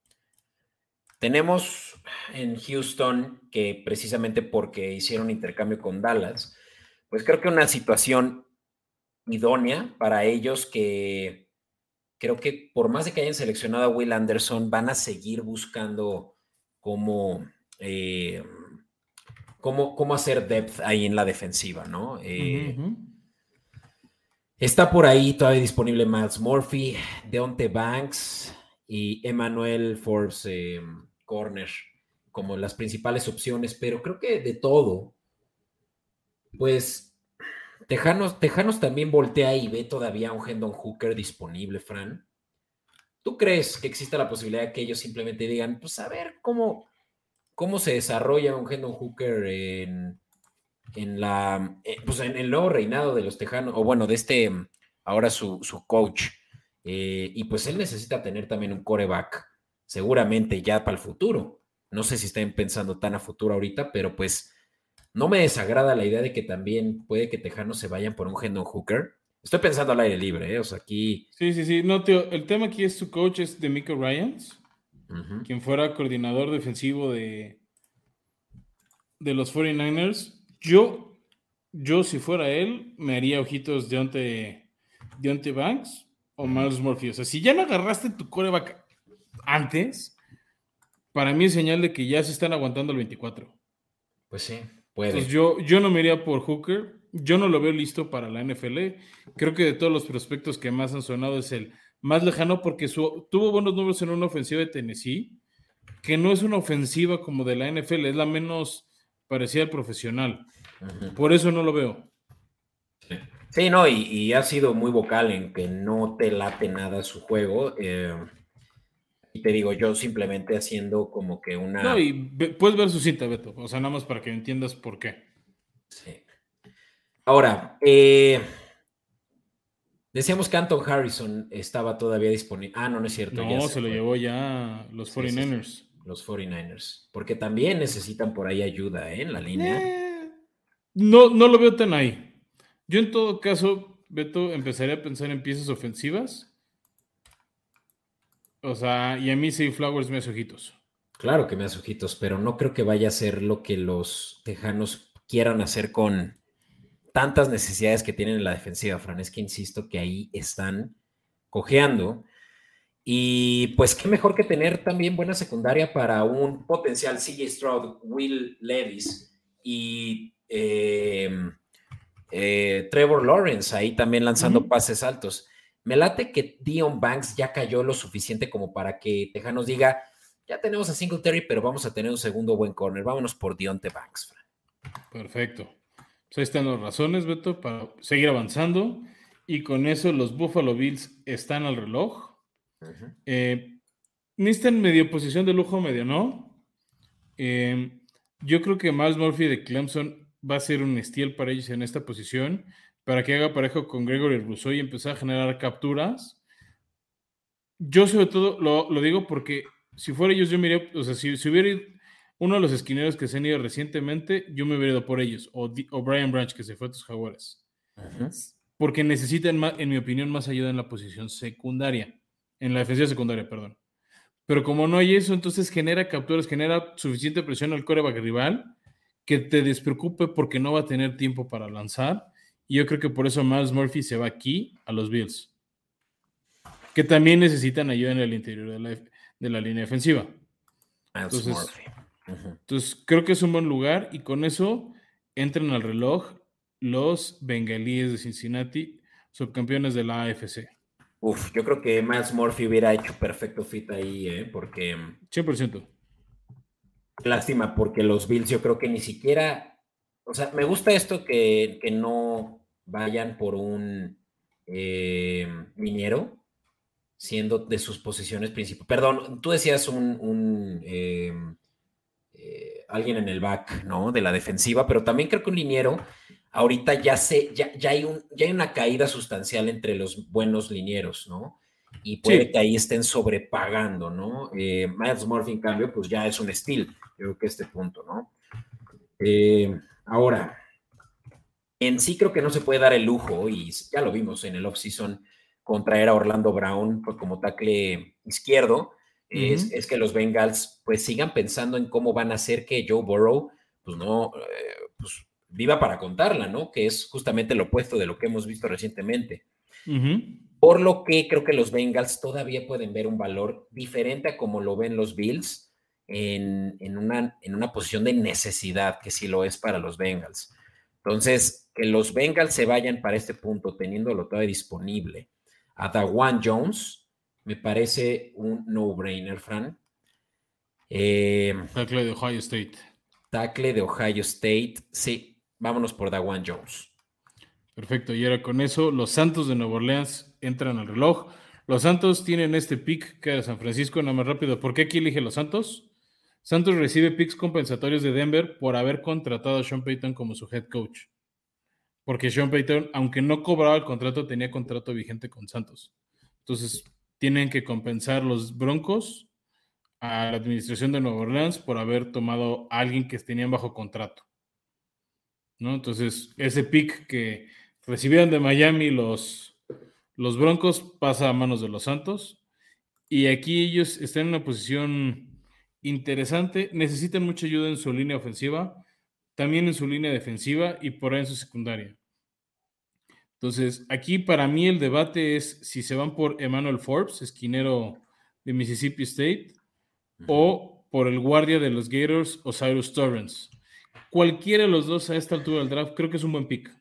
tenemos en Houston que precisamente porque hicieron intercambio con Dallas, pues creo que una situación idónea para ellos que creo que por más de que hayan seleccionado a Will Anderson, van a seguir buscando cómo, eh, cómo, cómo hacer depth ahí en la defensiva, ¿no? Eh, uh-huh. Está por ahí todavía disponible Miles Murphy, Deonte Banks y Emmanuel Forbes eh, Corner como las principales opciones, pero creo que de todo, pues Tejanos, Tejanos también voltea y ve todavía un Hendon Hooker disponible, Fran. ¿Tú crees que exista la posibilidad de que ellos simplemente digan, pues a ver cómo, cómo se desarrolla un Hendon Hooker en, en, la, eh, pues en el nuevo reinado de los Tejanos, o bueno, de este, ahora su, su coach? Eh, y pues él necesita tener también un quarterback, seguramente ya para el futuro. No sé si estén pensando tan a futuro ahorita, pero pues no me desagrada la idea de que también puede que Tejanos se vayan por un Hendon Hooker. Estoy pensando al aire libre, ¿eh? O sea, aquí... Sí, sí, sí. No, tío, el tema aquí es su coach, es DeMeco Ryans, uh-huh. quien fuera coordinador defensivo de, de los cuarenta y nueve ers. Yo, yo, si fuera él, me haría ojitos de Deonte, Deonte Banks o Miles Murphy. O sea, si ya no agarraste tu quarterback antes, para mí es señal de que ya se están aguantando el veinticuatro. Pues sí, puede. Entonces yo, yo no me iría por Hooker. Yo no lo veo listo para la N F L. Creo que de todos los prospectos que más han sonado es el más lejano porque su, tuvo buenos números en una ofensiva de Tennessee, que no es una ofensiva como de la N F L, es la menos parecida al profesional. Uh-huh. Por eso no lo veo. Sí, sí no, y, y ha sido muy vocal en que no te late nada su juego. Eh, Y te digo, yo simplemente haciendo como que una... No, y ve, puedes ver su cinta, Beto. O sea, nada más para que entiendas por qué. Sí. Ahora, eh, decíamos que Anton Harrison estaba todavía disponible. Ah, no, no es cierto, ya No, se se lo fue. llevó ya los Sí, sí, cuarenta y nueve sí, ers. los cuarenta y nueve ers. Porque también necesitan por ahí ayuda, ¿eh? En la línea. Eh, no, no lo veo tan ahí. Yo en todo caso, Beto, empezaría a pensar en piezas ofensivas. O sea, y a mí sí Flowers me hace ojitos. Claro que me hace ojitos, pero no creo que vaya a ser lo que los tejanos quieran hacer con tantas necesidades que tienen en la defensiva, Fran. Es que insisto que ahí están cojeando. Y pues qué mejor que tener también buena secundaria para un potencial C J Stroud, Will Levis y eh, eh, Trevor Lawrence ahí también lanzando Uh-huh. pases altos. Me late que Dion Banks ya cayó lo suficiente como para que Tejanos diga, ya tenemos a Singletary, pero vamos a tener un segundo buen corner. Vámonos por Deontay Banks, Fran. Perfecto. Pues ahí están las razones, Beto, para seguir avanzando. Y con eso los Buffalo Bills están al reloj. Uh-huh. Eh, necesitan medio posición de lujo, medio no. Eh, yo creo que Miles Murphy de Clemson va a ser un steal para ellos en esta posición, para que haga parejo con Gregory Rousseau y empezar a generar capturas. Yo sobre todo lo, lo digo porque si fuera ellos, yo me iría, o sea, si, si hubiera ido uno de los esquineros que se han ido recientemente, yo me hubiera ido por ellos, o, o Brian Branch, que se fue a tus Jaguares. Uh-huh. Porque necesitan, más, en mi opinión, más ayuda en la posición secundaria, en la defensiva secundaria, perdón. Pero como no hay eso, entonces genera capturas, genera suficiente presión al quarterback rival que te despreocupe porque no va a tener tiempo para lanzar. Y yo creo que por eso Miles Murphy se va aquí a los Bills, que también necesitan ayuda en el interior de la, de la línea defensiva. Miles Entonces, Murphy. Uh-huh. entonces, creo que es un buen lugar y con eso entran al reloj los Bengalíes de Cincinnati, subcampeones de la A F C. Uf, yo creo que Miles Murphy hubiera hecho perfecto fit ahí, ¿eh? Porque cien por ciento. lástima, porque los Bills yo creo que ni siquiera, o sea, me gusta esto que, que no vayan por un eh, liniero, siendo de sus posiciones principales. Perdón, tú decías un, un eh, eh, alguien en el back, ¿no? De la defensiva, pero también creo que un liniero, ahorita ya sé, ya, ya, hay un, ya hay una caída sustancial entre los buenos linieros, ¿no? Y puede Sí. que ahí estén sobrepagando, ¿no? Eh, Miles Murphy, en cambio, pues ya es un steal, creo que este punto, ¿no? Eh, ahora, en sí creo que no se puede dar el lujo, y ya lo vimos en el offseason, contraer a Orlando Brown como tackle izquierdo, es, Uh-huh. es que los Bengals pues sigan pensando en cómo van a hacer que Joe Burrow pues no, eh, pues viva para contarla, ¿no? Que es justamente lo opuesto de lo que hemos visto recientemente. Uh-huh. Por lo que creo que los Bengals todavía pueden ver un valor diferente a como lo ven los Bills en, en, una, en una posición de necesidad, que sí lo es para los Bengals. Entonces, que los Bengals se vayan para este punto teniéndolo todavía disponible a Dawan Jones, me parece un no-brainer, Fran. Eh, Tackle de Ohio State. Tackle de Ohio State, sí, vámonos por Dawan Jones. Perfecto, y ahora con eso, los Santos de Nueva Orleans entran al reloj. Los Santos tienen este pick que era San Francisco, nada más rápido. ¿Por qué aquí elige los Santos? Santos recibe picks compensatorios de Denver por haber contratado a Sean Payton como su head coach. Porque Sean Payton, aunque no cobraba el contrato, tenía contrato vigente con Santos. Entonces, tienen que compensar los Broncos a la administración de Nueva Orleans por haber tomado a alguien que tenían bajo contrato, ¿no? Entonces, ese pick que recibieron de Miami los, los Broncos pasa a manos de los Santos. Y aquí ellos están en una posición interesante. Necesitan mucha ayuda en su línea ofensiva, también en su línea defensiva y por ahí en su secundaria. Entonces, aquí para mí el debate es si se van por Emmanuel Forbes, esquinero de Mississippi State, uh-huh, o por el guardia de los Gators, Osiris Torrance. Cualquiera de los dos a esta altura del draft creo que es un buen pick.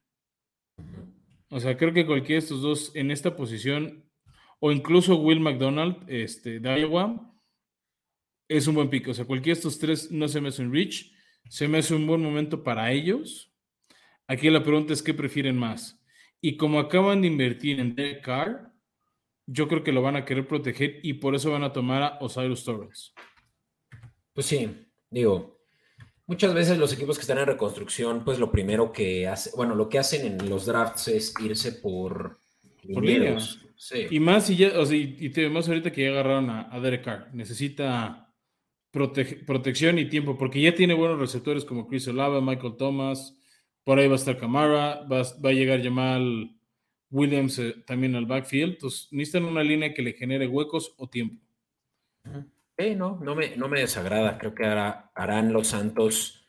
O sea, creo que cualquiera de estos dos en esta posición, o incluso Will McDonald, este, de Iowa, es un buen pick. O sea, cualquiera de estos tres no se me hace un reach, se me hace un buen momento para ellos. Aquí la pregunta es, ¿qué prefieren más? Y como acaban de invertir en Derek Carr, yo creo que lo van a querer proteger y por eso van a tomar a Osiris Torrance. Pues sí, digo, muchas veces los equipos que están en reconstrucción, pues lo primero que hacen, bueno, lo que hacen en los drafts es irse por Por línea. Sí. Y más, y, ya, o sea, y, y te más ahorita que ya agarraron a, a Derek Carr. Necesita prote- protección y tiempo, porque ya tiene buenos receptores como Chris Olave, Michael Thomas, por ahí va a estar Kamara, va, va a llegar Jamal Williams eh, también al backfield. Entonces necesitan una línea que le genere huecos o tiempo. Eh, no, no me, no me desagrada. Creo que hará, harán los Santos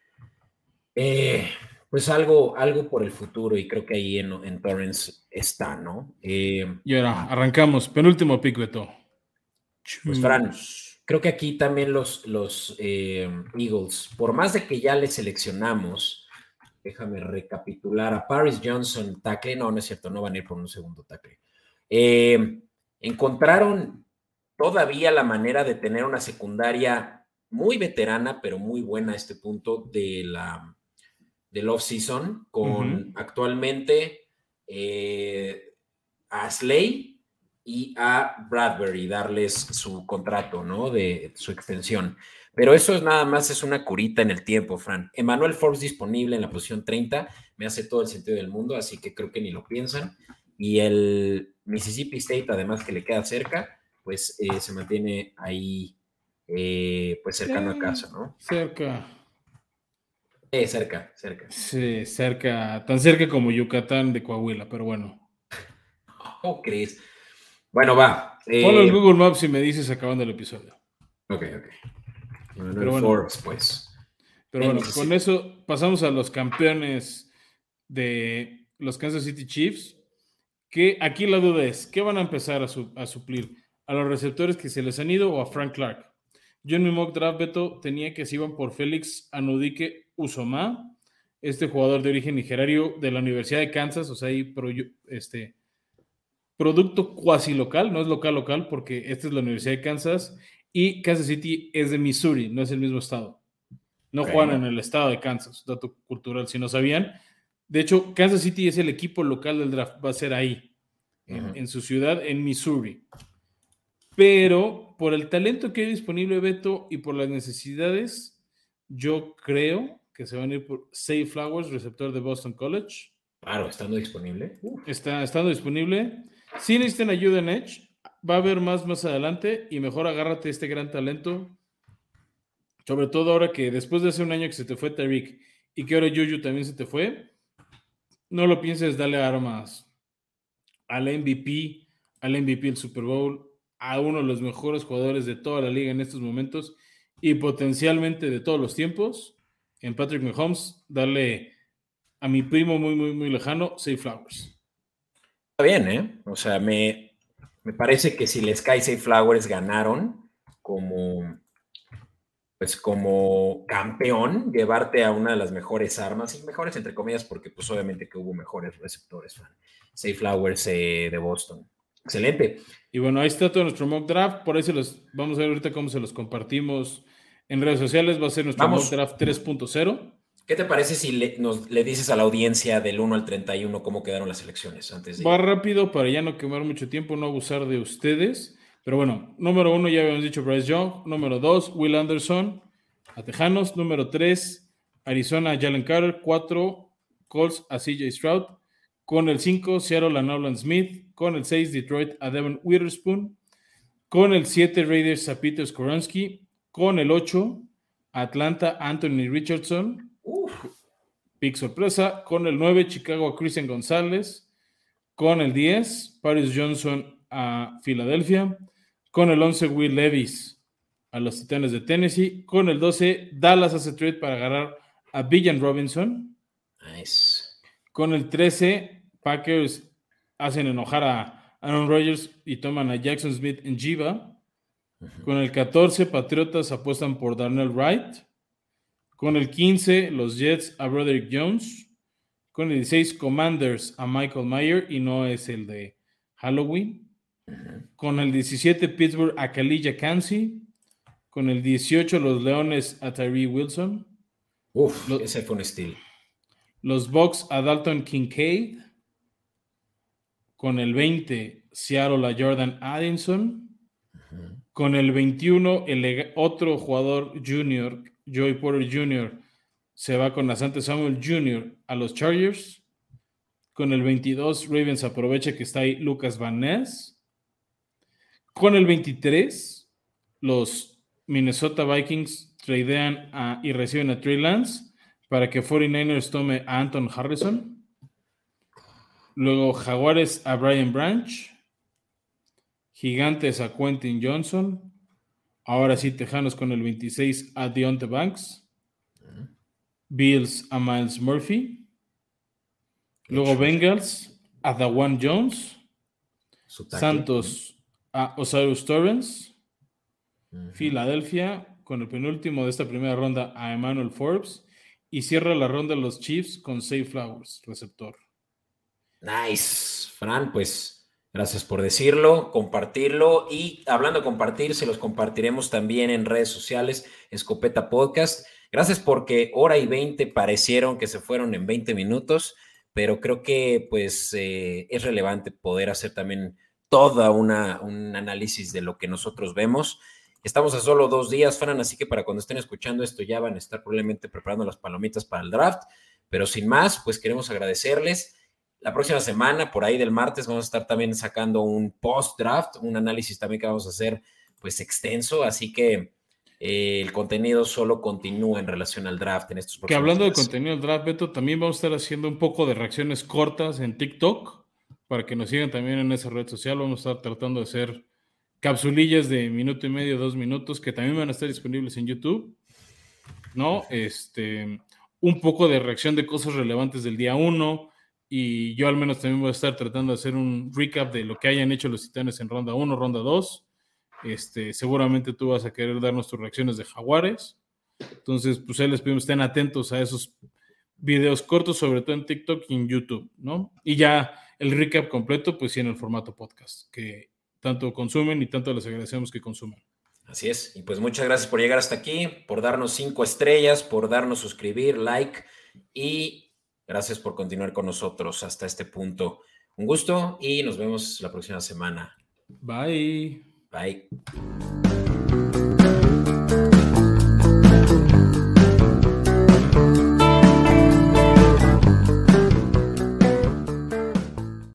eh, pues algo, algo por el futuro y creo que ahí en, en Torrance está, ¿no? Eh, Y ahora arrancamos. Penúltimo pick, Beto. pues Fran, creo que aquí también los, los eh, Eagles, por más de que ya le seleccionamos, déjame recapitular a Paris Johnson, tackle, no, no es cierto, no van a ir por un segundo tackle. Eh, encontraron todavía la manera de tener una secundaria muy veterana, pero muy buena a este punto de la, del off-season, con uh-huh. actualmente eh, a Slay y a Bradbury, darles su contrato, ¿no? De su extensión. Pero eso es nada más, es una curita en el tiempo, Fran. Emmanuel Forbes disponible en la posición treinta, me hace todo el sentido del mundo, así que creo que ni lo piensan. Y el Mississippi State, además que le queda cerca, pues eh, se mantiene ahí, eh, pues cercano sí, a casa, ¿no? Cerca. Eh, cerca, cerca. Sí, cerca, tan cerca como Yucatán de Coahuila, pero bueno. ¿Cómo crees? Bueno, va. Eh, Ponlo en Google Maps y me dices acabando el episodio. Ok, ok. Bueno, pero bueno, Forbes, pues. Pero bueno, con eso pasamos a los campeones de los Kansas City Chiefs, que aquí la duda es, ¿qué van a empezar a, su, a suplir? ¿A los receptores que se les han ido o a Frank Clark? Yo en mi mock draft, Beto, tenía que se iban por Félix Anudike Uzomah, este jugador de origen nigeriano de la Universidad de Kansas, o sea, hay pro, este, producto cuasi local, no es local local, porque esta es la Universidad de Kansas, y Kansas City es de Missouri, no es el mismo estado. No okay. juegan en el estado de Kansas, dato cultural, si no sabían. De hecho, Kansas City es el equipo local del draft, va a ser ahí, uh-huh. en, en su ciudad, en Missouri. Pero por el talento que hay disponible, Beto, y por las necesidades, yo creo que se van a ir por Zay Flowers, receptor de Boston College. Claro, estando disponible. Está, estando disponible. Si necesitan ayuda en Edge, va a haber más más adelante, y mejor agárrate este gran talento. Sobre todo ahora que después de hace un año que se te fue Tyreek y que ahora Juju también se te fue, no lo pienses, dale armas al M V P, al M V P del Super Bowl, a uno de los mejores jugadores de toda la liga en estos momentos y potencialmente de todos los tiempos, en Patrick Mahomes, darle a mi primo muy, muy, muy lejano, Zay Flowers. Está bien, ¿eh? O sea, me, me parece que si les cae Zay Flowers ganaron como... pues como campeón, llevarte a una de las mejores armas, y mejores entre comillas, porque pues obviamente que hubo mejores receptores, Zay Flowers eh, de Boston. Excelente. Y bueno, ahí está todo nuestro mock draft, por ahí se los, vamos a ver ahorita cómo se los compartimos en redes sociales, va a ser nuestro vamos. mock draft tres punto cero. ¿Qué te parece si le, nos, le dices a la audiencia del uno al treinta y uno cómo quedaron las elecciones? Antes de va rápido para ya no quemar mucho tiempo, no abusar de ustedes. Pero bueno, número uno ya habíamos dicho Bryce Young, número dos, Will Anderson, a Tejanos, número tres, Arizona, Jalen Carter, cuatro, Colts, a C J Stroud, con el cinco, Seattle, a Nolan Smith, con el seis, Detroit, a Devin Witherspoon, con el siete, Raiders, a Peter Skoronski, con el ocho, Atlanta, Anthony Richardson, Uf. pick sorpresa, con el nueve, Chicago, a Christian González, con el diez, Paris Johnson, a Filadelfia, con el once, Will Levis a los Titanes de Tennessee, con el doce, Dallas hace trade para agarrar a Villan Robinson, nice. Con el trece, Packers hacen enojar a Aaron Rodgers y toman a Jackson Smith en Jiva, uh-huh. Con el catorce, Patriotas apuestan por Darnell Wright, con el quince, los Jets a Broderick Jones, con el dieciséis, Commanders a Michael Mayer, y no es el de Halloween, con el diecisiete, Pittsburgh a Kalija Kansi, con el dieciocho, los Leones a Tyree Wilson. Uf, los, ese fue un estilo. Los Bucks a Dalton Kincaid, Con el veinte, Seattle a Jordan Addison. Uh-huh. Con el veintiuno, el otro jugador junior, Joey Porter junior, se va con Asante Samuel junior a los Chargers. Con el veintidós, Ravens aprovecha que está ahí Lucas Van Ness. Con el veintitrés, los Minnesota Vikings tradean a, y reciben a Trey Lance para que cuarenta y nueve ers tome a Anton Harrison. Luego Jaguares a Brian Branch. Gigantes a Quentin Johnson. Ahora sí, Tejanos con el veintiséis a Deonte Banks. Bills a Miles Murphy. Luego Bengals a Dawan Jones. Santos a Osiris Torrance. Uh-huh. Filadelfia con el penúltimo de esta primera ronda a Emmanuel Forbes. Y cierra la ronda los Chiefs con Zay Flowers, receptor. Nice, Fran, pues gracias por decirlo, compartirlo. Y hablando de compartir, se los compartiremos también en redes sociales, Escopeta Podcast. Gracias porque hora y veinte parecieron que se fueron en veinte minutos, pero creo que pues eh, es relevante poder hacer también toda una, un análisis de lo que nosotros vemos. Estamos a solo dos días, Fran, así que para cuando estén escuchando esto ya van a estar probablemente preparando las palomitas para el draft, pero sin más, pues queremos agradecerles. La próxima semana, por ahí del martes, vamos a estar también sacando un post-draft, un análisis también que vamos a hacer pues extenso, así que eh, el contenido solo continúa en relación al draft en estos próximos Que hablando días. de contenido del draft, Beto, también vamos a estar haciendo un poco de reacciones cortas en TikTok, para que nos sigan también en esa red social. Vamos a estar tratando de hacer capsulillas de minuto y medio, dos minutos, que también van a estar disponibles en YouTube, ¿no? Este, un poco de reacción de cosas relevantes del día uno, y yo al menos también voy a estar tratando de hacer un recap de lo que hayan hecho los Titanes en ronda uno, ronda dos. Este, seguramente tú vas a querer darnos tus reacciones de Jaguares. Entonces, pues ahí les pedimos estén atentos a esos videos cortos, sobre todo en TikTok y en YouTube, ¿no? Y ya el recap completo, pues sí, en el formato podcast, que tanto consumen y tanto les agradecemos que consuman. Así es, y pues muchas gracias por llegar hasta aquí, por darnos cinco estrellas, por darnos suscribir, like, y gracias por continuar con nosotros hasta este punto. Un gusto y nos vemos la próxima semana. Bye. Bye.